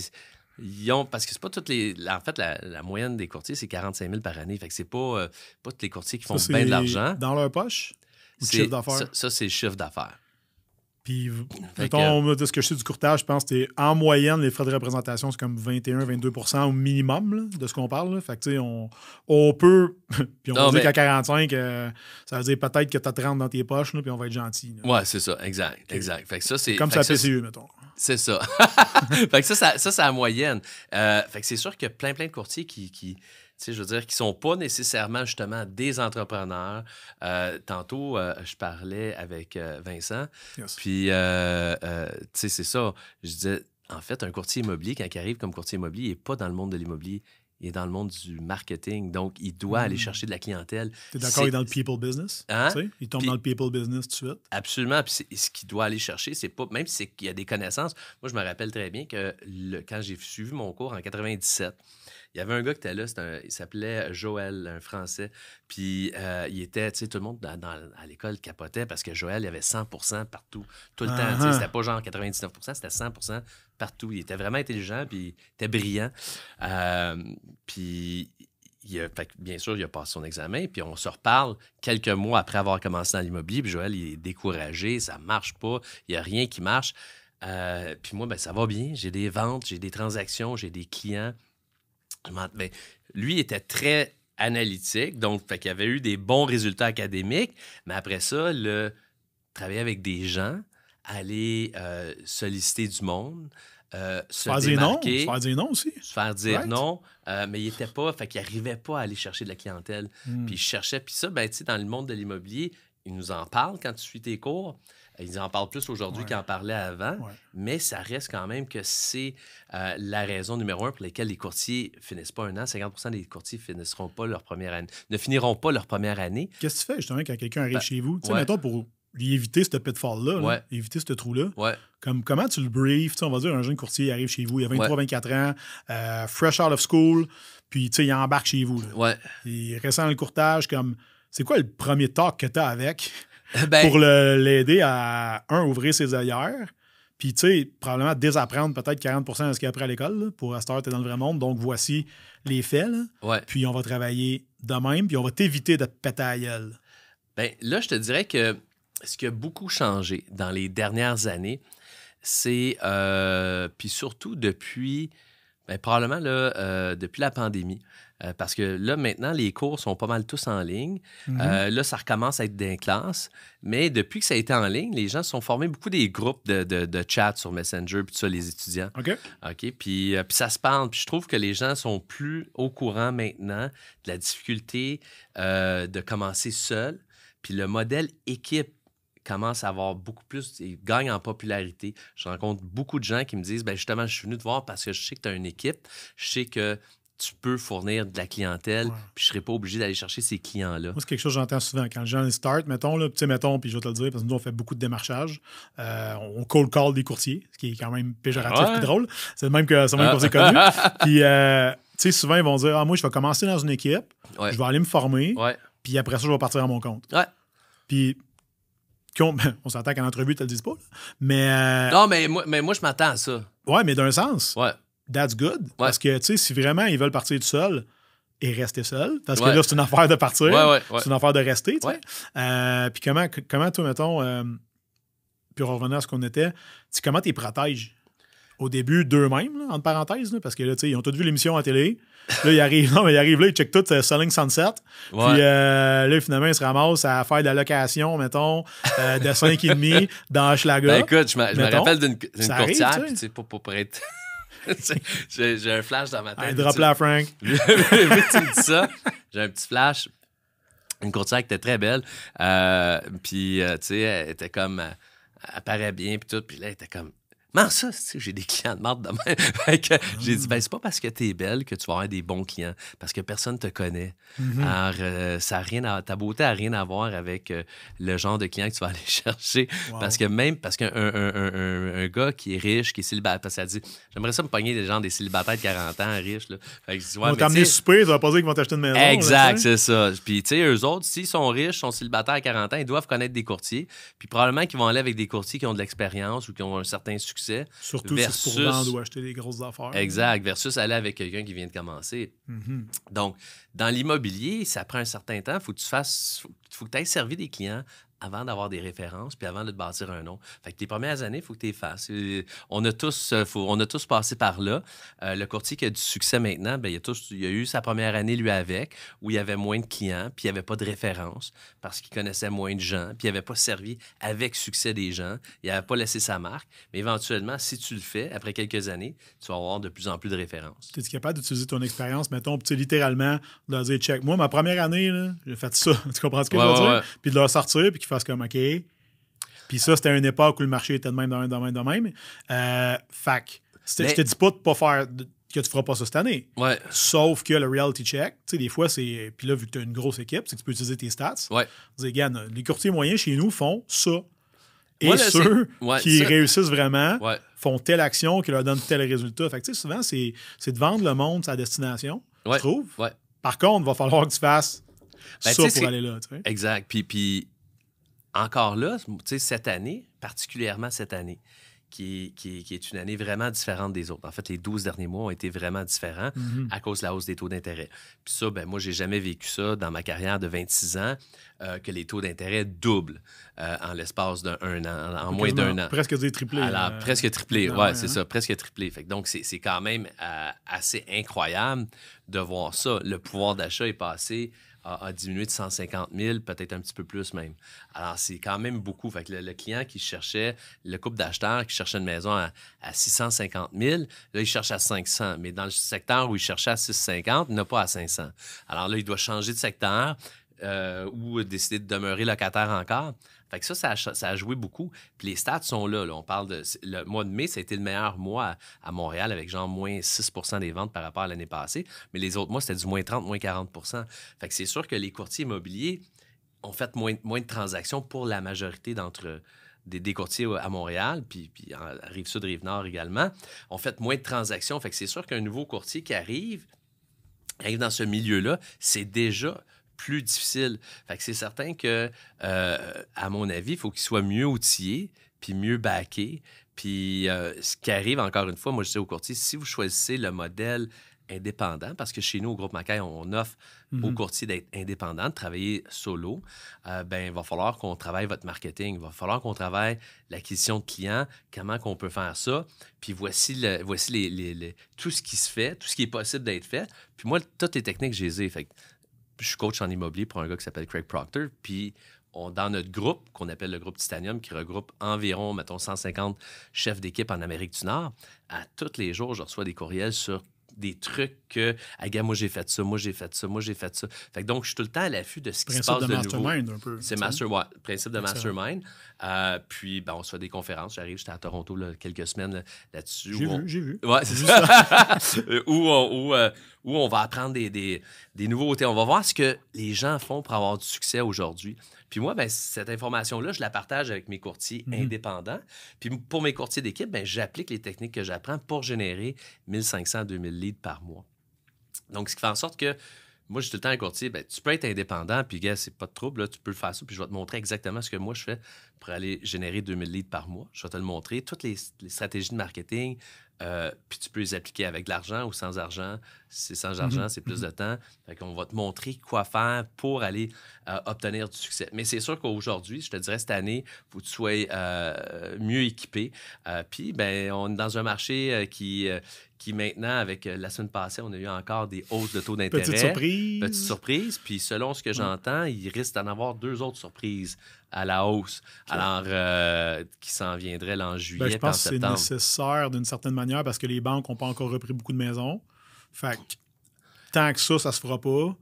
Ils ont, parce que c'est pas toutes les. En fait, la, la moyenne des courtiers, c'est quarante-cinq mille par année. Fait que c'est pas, euh, pas tous les courtiers qui font ça, bien de l'argent. Dans leur poche? Ou c'est, chiffre d'affaires? Ça, ça, c'est le chiffre d'affaires. Puis, mettons, que, de ce que je sais du courtage, je pense que en moyenne, les frais de représentation, c'est comme vingt et un à vingt-deux pour cent au minimum là, de ce qu'on parle. Là. Fait que, tu sais, on, on peut. Puis on non, va mais... dire qu'à quarante-cinq, euh, ça veut dire peut-être que tu as trente dans tes poches, là, puis on va être gentil. Là. Ouais, c'est ça, exact. Okay. exact. Fait que ça, c'est. Comme ça, P C E, mettons. C'est ça. Fait que ça, ça, ça, c'est la moyenne. Euh, fait que c'est sûr qu'il y a plein, plein de courtiers qui. qui Tu sais, je veux dire, qui ne sont pas nécessairement, justement, des entrepreneurs. Euh, tantôt, euh, je parlais avec euh, Vincent. Yes. Puis, euh, euh, tu sais, c'est ça. Je disais, en fait, un courtier immobilier, quand il arrive comme courtier immobilier, il n'est pas dans le monde de l'immobilier. Il est dans le monde du marketing. Donc, il doit mmh. aller chercher de la clientèle. Tu es d'accord, c'est... il est dans le people business? Hein? Tu sais? Il tombe Puis, dans le people business tout de suite. Absolument. Puis, c'est, ce qu'il doit aller chercher, c'est pas... Même si c'est qu'il y a des connaissances. Moi, je me rappelle très bien que le, quand j'ai suivi mon cours en quatre-vingt-dix-sept, il y avait un gars qui était là, un, il s'appelait Joël, un Français. Puis euh, il était, tu sais, tout le monde dans, dans, à l'école capotait parce que Joël, il avait cent pour cent partout. Tout le uh-huh. temps, tu sais, c'était pas genre quatre-vingt-dix-neuf pour cent, c'était cent pour cent partout. Il était vraiment intelligent, puis il était brillant. Euh, puis, il a, fait, bien sûr, il a passé son examen, puis on se reparle quelques mois après avoir commencé dans l'immobilier, puis Joël, il est découragé, ça marche pas, il n'y a rien qui marche. Euh, puis moi, ben, ça va bien, j'ai des ventes, j'ai des transactions, j'ai des clients. Ben, lui était très analytique, donc fait qu'il avait eu des bons résultats académiques, mais après ça, le travailler avec des gens, aller euh, solliciter du monde, euh, se faire démarquer, dire non, se faire dire non aussi. Se faire dire right. non, euh, mais il était pas, fait qu'il n'arrivait pas à aller chercher de la clientèle. Mm. Puis il cherchait, puis ça, ben, tu sais, dans le monde de l'immobilier, il nous en parle quand tu suis tes cours. Ils en parlent plus aujourd'hui ouais. qu'ils en parlaient avant, ouais. mais ça reste quand même que c'est euh, la raison numéro un pour laquelle les courtiers ne finissent pas un an. cinquante pour cent des courtiers finiront pas leur première année, ne finiront pas leur première année. Qu'est-ce que tu fais justement quand quelqu'un arrive ben, chez vous? Tu sais, ouais. mettons pour éviter ce pitfall-là, ouais. là, éviter ce trou-là. Ouais. Comme, comment tu le briefes? On va dire un jeune courtier arrive chez vous, il a vingt-trois vingt-quatre ans, euh, fresh out of school, puis il embarque chez vous. Là. Ouais. Il ressent le courtage. Comme, c'est quoi le premier talk que tu as avec ben, pour le, l'aider à, un, ouvrir ses œillères, puis tu sais, probablement désapprendre peut-être quarante pour cent de ce qu'il a appris à l'école là, pour à cette heure, t'es dans le vrai monde. Donc, voici les faits. Là. Ouais. Puis on va travailler de même, puis on va t'éviter de te péter à la gueule. Ben, là, je te dirais que ce qui a beaucoup changé dans les dernières années, c'est, euh, puis surtout depuis, ben, probablement là, euh, depuis la pandémie, euh, parce que là, maintenant, les cours sont pas mal tous en ligne. Mm-hmm. Euh, là, ça recommence à être dans les classes, mais depuis que ça a été en ligne, les gens se sont formés beaucoup des groupes de, de, de chat sur Messenger, puis tout ça, les étudiants. OK. OK, puis, euh, puis ça se parle, puis je trouve que les gens sont plus au courant maintenant de la difficulté euh, de commencer seul, puis le modèle équipe commence à avoir beaucoup plus, il gagne en popularité. Je rencontre beaucoup de gens qui me disent, ben justement, je suis venu te voir parce que je sais que tu as une équipe, je sais que tu peux fournir de la clientèle, ouais. puis je ne serai pas obligé d'aller chercher ces clients-là. Moi, c'est quelque chose que j'entends souvent. Quand les gens start, mettons, là, tu sais, mettons, puis je vais te le dire, parce que nous, on fait beaucoup de démarchage. Euh, on cold call des courtiers, ce qui est quand même péjoratif et ouais. drôle. C'est le même que c'est le même ah. courtier connu. Puis, euh, tu sais, souvent, ils vont dire, ah, moi, je vais commencer dans une équipe, ouais. je vais aller me former, ouais. puis après ça, je vais partir à mon compte. Ouais. Puis, on, on s'entend qu'en entrevue, tu ne te le dises pas. Là. Mais. Euh, non, mais moi, mais moi je m'attends à ça. Ouais, mais d'un sens. Ouais. That's good. Ouais. Parce que, tu sais, si vraiment ils veulent partir tout seuls, et rester seul. Parce ouais. que là, c'est une affaire de partir. Ouais, ouais, ouais. C'est une affaire de rester. Ouais. Euh, puis comment, comment, toi, mettons, euh, puis revenir à ce qu'on était, comment tu les protèges? Au début, d'eux-mêmes, là, entre parenthèses, là, parce que là, ils ont tous vu l'émission à la télé. Là, ils arrivent, non, mais ils arrivent là, ils checkent tout euh, Selling Sunset. Ouais. Puis euh, là, finalement, ils se ramassent à faire de la location, mettons, euh, de cinq virgule cinq dans Hochelaga. Ben écoute, je me, je me rappelle d'une, d'une courtière, puis tu sais, pour, pour, pour être... j'ai, j'ai un flash dans ma tête. Hey, drop là, Frank. Vu que tu me dis ça, j'ai un petit flash. Une courtière qui était très belle. Euh, puis, euh, tu sais, elle était comme... Elle, elle paraît bien, puis tout. Puis là, elle était comme... Comment ça, j'ai des clients de marde demain? que j'ai dit, ben c'est pas parce que t'es belle que tu vas avoir des bons clients, parce que personne te connaît. Mm-hmm. Alors, euh, ça a rien à, ta beauté n'a rien à voir avec euh, le genre de client que tu vas aller chercher. Wow. Parce que même, parce qu'un un, un, un, un gars qui est riche, qui est célibataire, parce qu'elle dit, j'aimerais ça me pogner des gens, des célibataires de quarante ans, riches. Là. Fait que je dis, ouais, ils vont t'amener souper, ça va pas dire qu'ils vont t'acheter une maison. Exact, là, c'est ça. Puis, tu sais, eux autres, s'ils sont riches, sont célibataires à quarante ans, ils doivent connaître des courtiers. Puis, probablement qu'ils vont aller avec des courtiers qui ont de l'expérience ou qui ont un certain succès. Surtout versus, si c'est pour vendre ou acheter des grosses affaires. Exact, versus aller avec quelqu'un qui vient de commencer. Mm-hmm. Donc, dans l'immobilier, ça prend un certain temps. Il faut que tu fasses, faut, faut que tu ailles servir des clients avant d'avoir des références, puis avant de te bâtir un nom. Fait que tes premières années, il faut que tu les fasses. On a tous, faut, on a tous passé par là. Euh, le courtier qui a du succès maintenant, bien, il, a tous, il a eu sa première année, lui, avec, où il y avait moins de clients, puis il n'y avait pas de références, parce qu'il connaissait moins de gens, puis il n'avait pas servi avec succès des gens, il n'avait pas laissé sa marque. Mais éventuellement, si tu le fais, après quelques années, tu vas avoir de plus en plus de références. Es-tu capable d'utiliser ton expérience, mettons, tu sais, littéralement, de leur dire, check, moi, ma première année, là, j'ai fait ça. Tu comprends ce que ouais, je veux ouais, dire? Ouais. Puis de leur sortir, puis fasse comme OK. Puis ça, c'était à une époque où le marché était de même, de même, de même, de même. Euh, fac, mais... je te dis pas de pas faire, de, que tu feras pas ça cette année. Ouais. Sauf que le reality check, tu sais, des fois, c'est. Puis là, vu que tu as une grosse équipe, c'est que tu peux utiliser tes stats. Ouais. Dire, gars, les courtiers moyens chez nous font ça. Et ouais, là, ceux ouais, qui ça... réussissent vraiment ouais. font telle action qui leur donne tel résultat. Fait que, tu sais, souvent, c'est, c'est de vendre le monde sa destination, ouais. tu trouves? Ouais. Par contre, il va falloir que tu fasses ben, ça pour c'est... aller là. Tu sais. Exact. Puis. puis... Encore là, tu sais, cette année, particulièrement cette année, qui, qui, qui est une année vraiment différente des autres. En fait, les douze derniers mois ont été vraiment différents mm-hmm. à cause de la hausse des taux d'intérêt. Puis ça, ben moi, j'ai jamais vécu ça dans ma carrière de vingt-six ans, euh, que les taux d'intérêt doublent euh, en l'espace d'un an, en, en moins d'un an. Presque des triplés. Alors, euh, presque triplé, oui, ouais, c'est hein? ça, presque triplé. Fait que donc, c'est, c'est quand même euh, assez incroyable de voir ça. Le pouvoir d'achat est passé... A, a diminué de cent cinquante mille, peut-être un petit peu plus même. Alors, c'est quand même beaucoup. Fait que le, le client qui cherchait, le couple d'acheteurs qui cherchait une maison à, à six cent cinquante mille, là, il cherche à cinq cents. Mais dans le secteur où il cherchait à six cent cinquante, il n'a pas à cinq cents. Alors là, il doit changer de secteur euh, ou décider de demeurer locataire encore. Fait que ça, ça a, ça a joué beaucoup. Puis les stats sont là, là. On parle de... Le mois de mai, ça a été le meilleur mois à, à Montréal avec genre moins six pour cent des ventes par rapport à l'année passée. Mais les autres mois, c'était du moins trente, moins quarante pour cent. Fait que c'est sûr que les courtiers immobiliers on fait moins, moins de transactions pour la majorité d'entre des, des courtiers à Montréal, puis, puis en Rive-Sud, Rive-Nord également. On fait moins de transactions. Fait que c'est sûr qu'un nouveau courtier qui arrive, arrive dans ce milieu-là, c'est déjà plus difficile. Fait que c'est certain que, euh, à mon avis, il faut qu'il soit mieux outillé, puis mieux backé. Puis euh, ce qui arrive, encore une fois, moi, je dis aux courtiers, si vous choisissez le modèle indépendant, parce que chez nous, au Groupe Mackay, on offre mm-hmm. aux courtiers d'être indépendants, de travailler solo, euh, ben il va falloir qu'on travaille votre marketing, il va falloir qu'on travaille l'acquisition de clients, comment qu'on peut faire ça, puis voici, le, voici les, les, les, tout ce qui se fait, tout ce qui est possible d'être fait. Puis moi, toutes les techniques, je les ai. Fait que je suis coach en immobilier pour un gars qui s'appelle Craig Proctor, puis on, dans notre groupe, qu'on appelle le groupe Titanium, qui regroupe environ, mettons, cent cinquante chefs d'équipe en Amérique du Nord, à tous les jours, je reçois des courriels sur des trucs que, ah, gars, moi, j'ai fait ça, moi, j'ai fait ça, moi, j'ai fait ça. Fait que donc, je suis tout le temps à l'affût de ce qui se passe de, de nouveau. Un peu, c'est master, ouais, principe de mastermind. Euh, puis, ben, on se fait des conférences. J'arrive, j'étais à Toronto là, quelques semaines là, là-dessus. J'ai vu, on... j'ai vu. Ouais, c'est ça. où, on, où, euh, où on va apprendre des, des, des nouveautés. On va voir ce que les gens font pour avoir du succès aujourd'hui. Puis moi, ben, cette information-là, je la partage avec mes courtiers mm-hmm. indépendants. Puis pour mes courtiers d'équipe, ben, j'applique les techniques que j'apprends pour générer mille cinq cents à deux mille leads par mois. Donc, ce qui fait en sorte que moi, je suis tout le temps un courtier, ben, tu peux être indépendant, puis gars, c'est pas de trouble, là, tu peux faire ça, puis je vais te montrer exactement ce que moi, je fais pour aller générer deux mille leads par mois. Je vais te le montrer, toutes les, les stratégies de marketing, euh, puis tu peux les appliquer avec de l'argent ou sans argent. Si c'est sans argent, mm-hmm. c'est plus de temps. Fait qu'on va te montrer quoi faire pour aller euh, obtenir du succès. Mais c'est sûr qu'aujourd'hui, je te dirais, cette année, il faut que tu sois euh, mieux équipé. Euh, puis, ben, on est dans un marché euh, qui... Euh, qui maintenant, avec euh, la semaine passée, on a eu encore des hausses de taux d'intérêt. Petite surprise. Petite surprise. Puis selon ce que j'entends, il risque d'en avoir deux autres surprises à la hausse. Okay. Alors, euh, qui s'en viendraient là en juillet ben, je pense et en septembre. que c'est nécessaire d'une certaine manière parce que les banques n'ont pas encore repris beaucoup de maisons. Fait que tant que ça, ça se fera pas,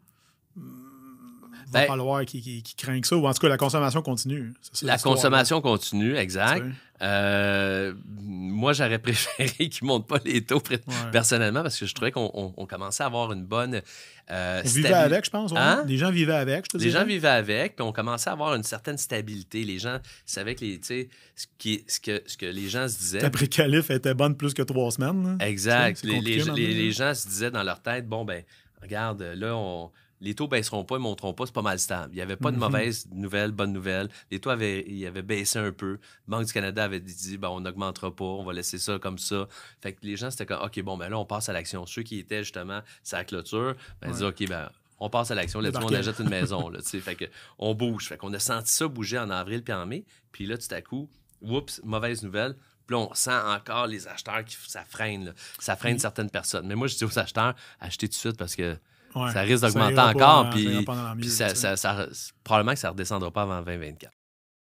il va ben, falloir qu'ils, qu'ils, qu'ils craignent ça. Ou en tout cas, la consommation continue. C'est ça, la l'histoire, consommation là. continue, exact. Euh, moi, j'aurais préféré qu'ils ne montent pas les taux ouais. personnellement parce que je trouvais qu'on on, on commençait à avoir une bonne... Euh, on vivait avec, je pense. Ouais. Hein? Les gens vivaient avec, je te Les gens vivaient avec, puis on commençait à avoir une certaine stabilité. Les gens savaient que, les, ce, qui, ce, que, ce que les gens se disaient... Ta pré-qualif était bonne plus que trois semaines. Là. Exact. Les, les, les, les gens se disaient dans leur tête, bon, ben regarde, là, on... les taux ne baisseront pas, ils ne monteront pas, c'est pas mal stable. Il n'y avait pas de mm-hmm. mauvaises nouvelles, bonnes nouvelles. Les taux avaient, ils avaient baissé un peu. Banque du Canada avait dit, ben, on n'augmentera pas, on va laisser ça comme ça. Fait que les gens, c'était comme, OK, bon, ben là, on passe à l'action. Ceux qui étaient justement sur la clôture, ben, ouais. disaient, OK, ben, on passe à l'action. Là-dessus, on achète une maison. Là, fait que on bouge. Fait qu'on a senti ça bouger en avril puis en mai. Puis là, tout à coup, oups, mauvaise nouvelle. Puis là, on sent encore les acheteurs qui ça freine. Là. Ça freine oui. certaines personnes. Mais moi, je dis aux acheteurs, achetez tout de suite parce que ouais, ça risque d'augmenter encore. Puis, puis ça, ça, ça, probablement que ça ne redescendra pas avant vingt vingt-quatre.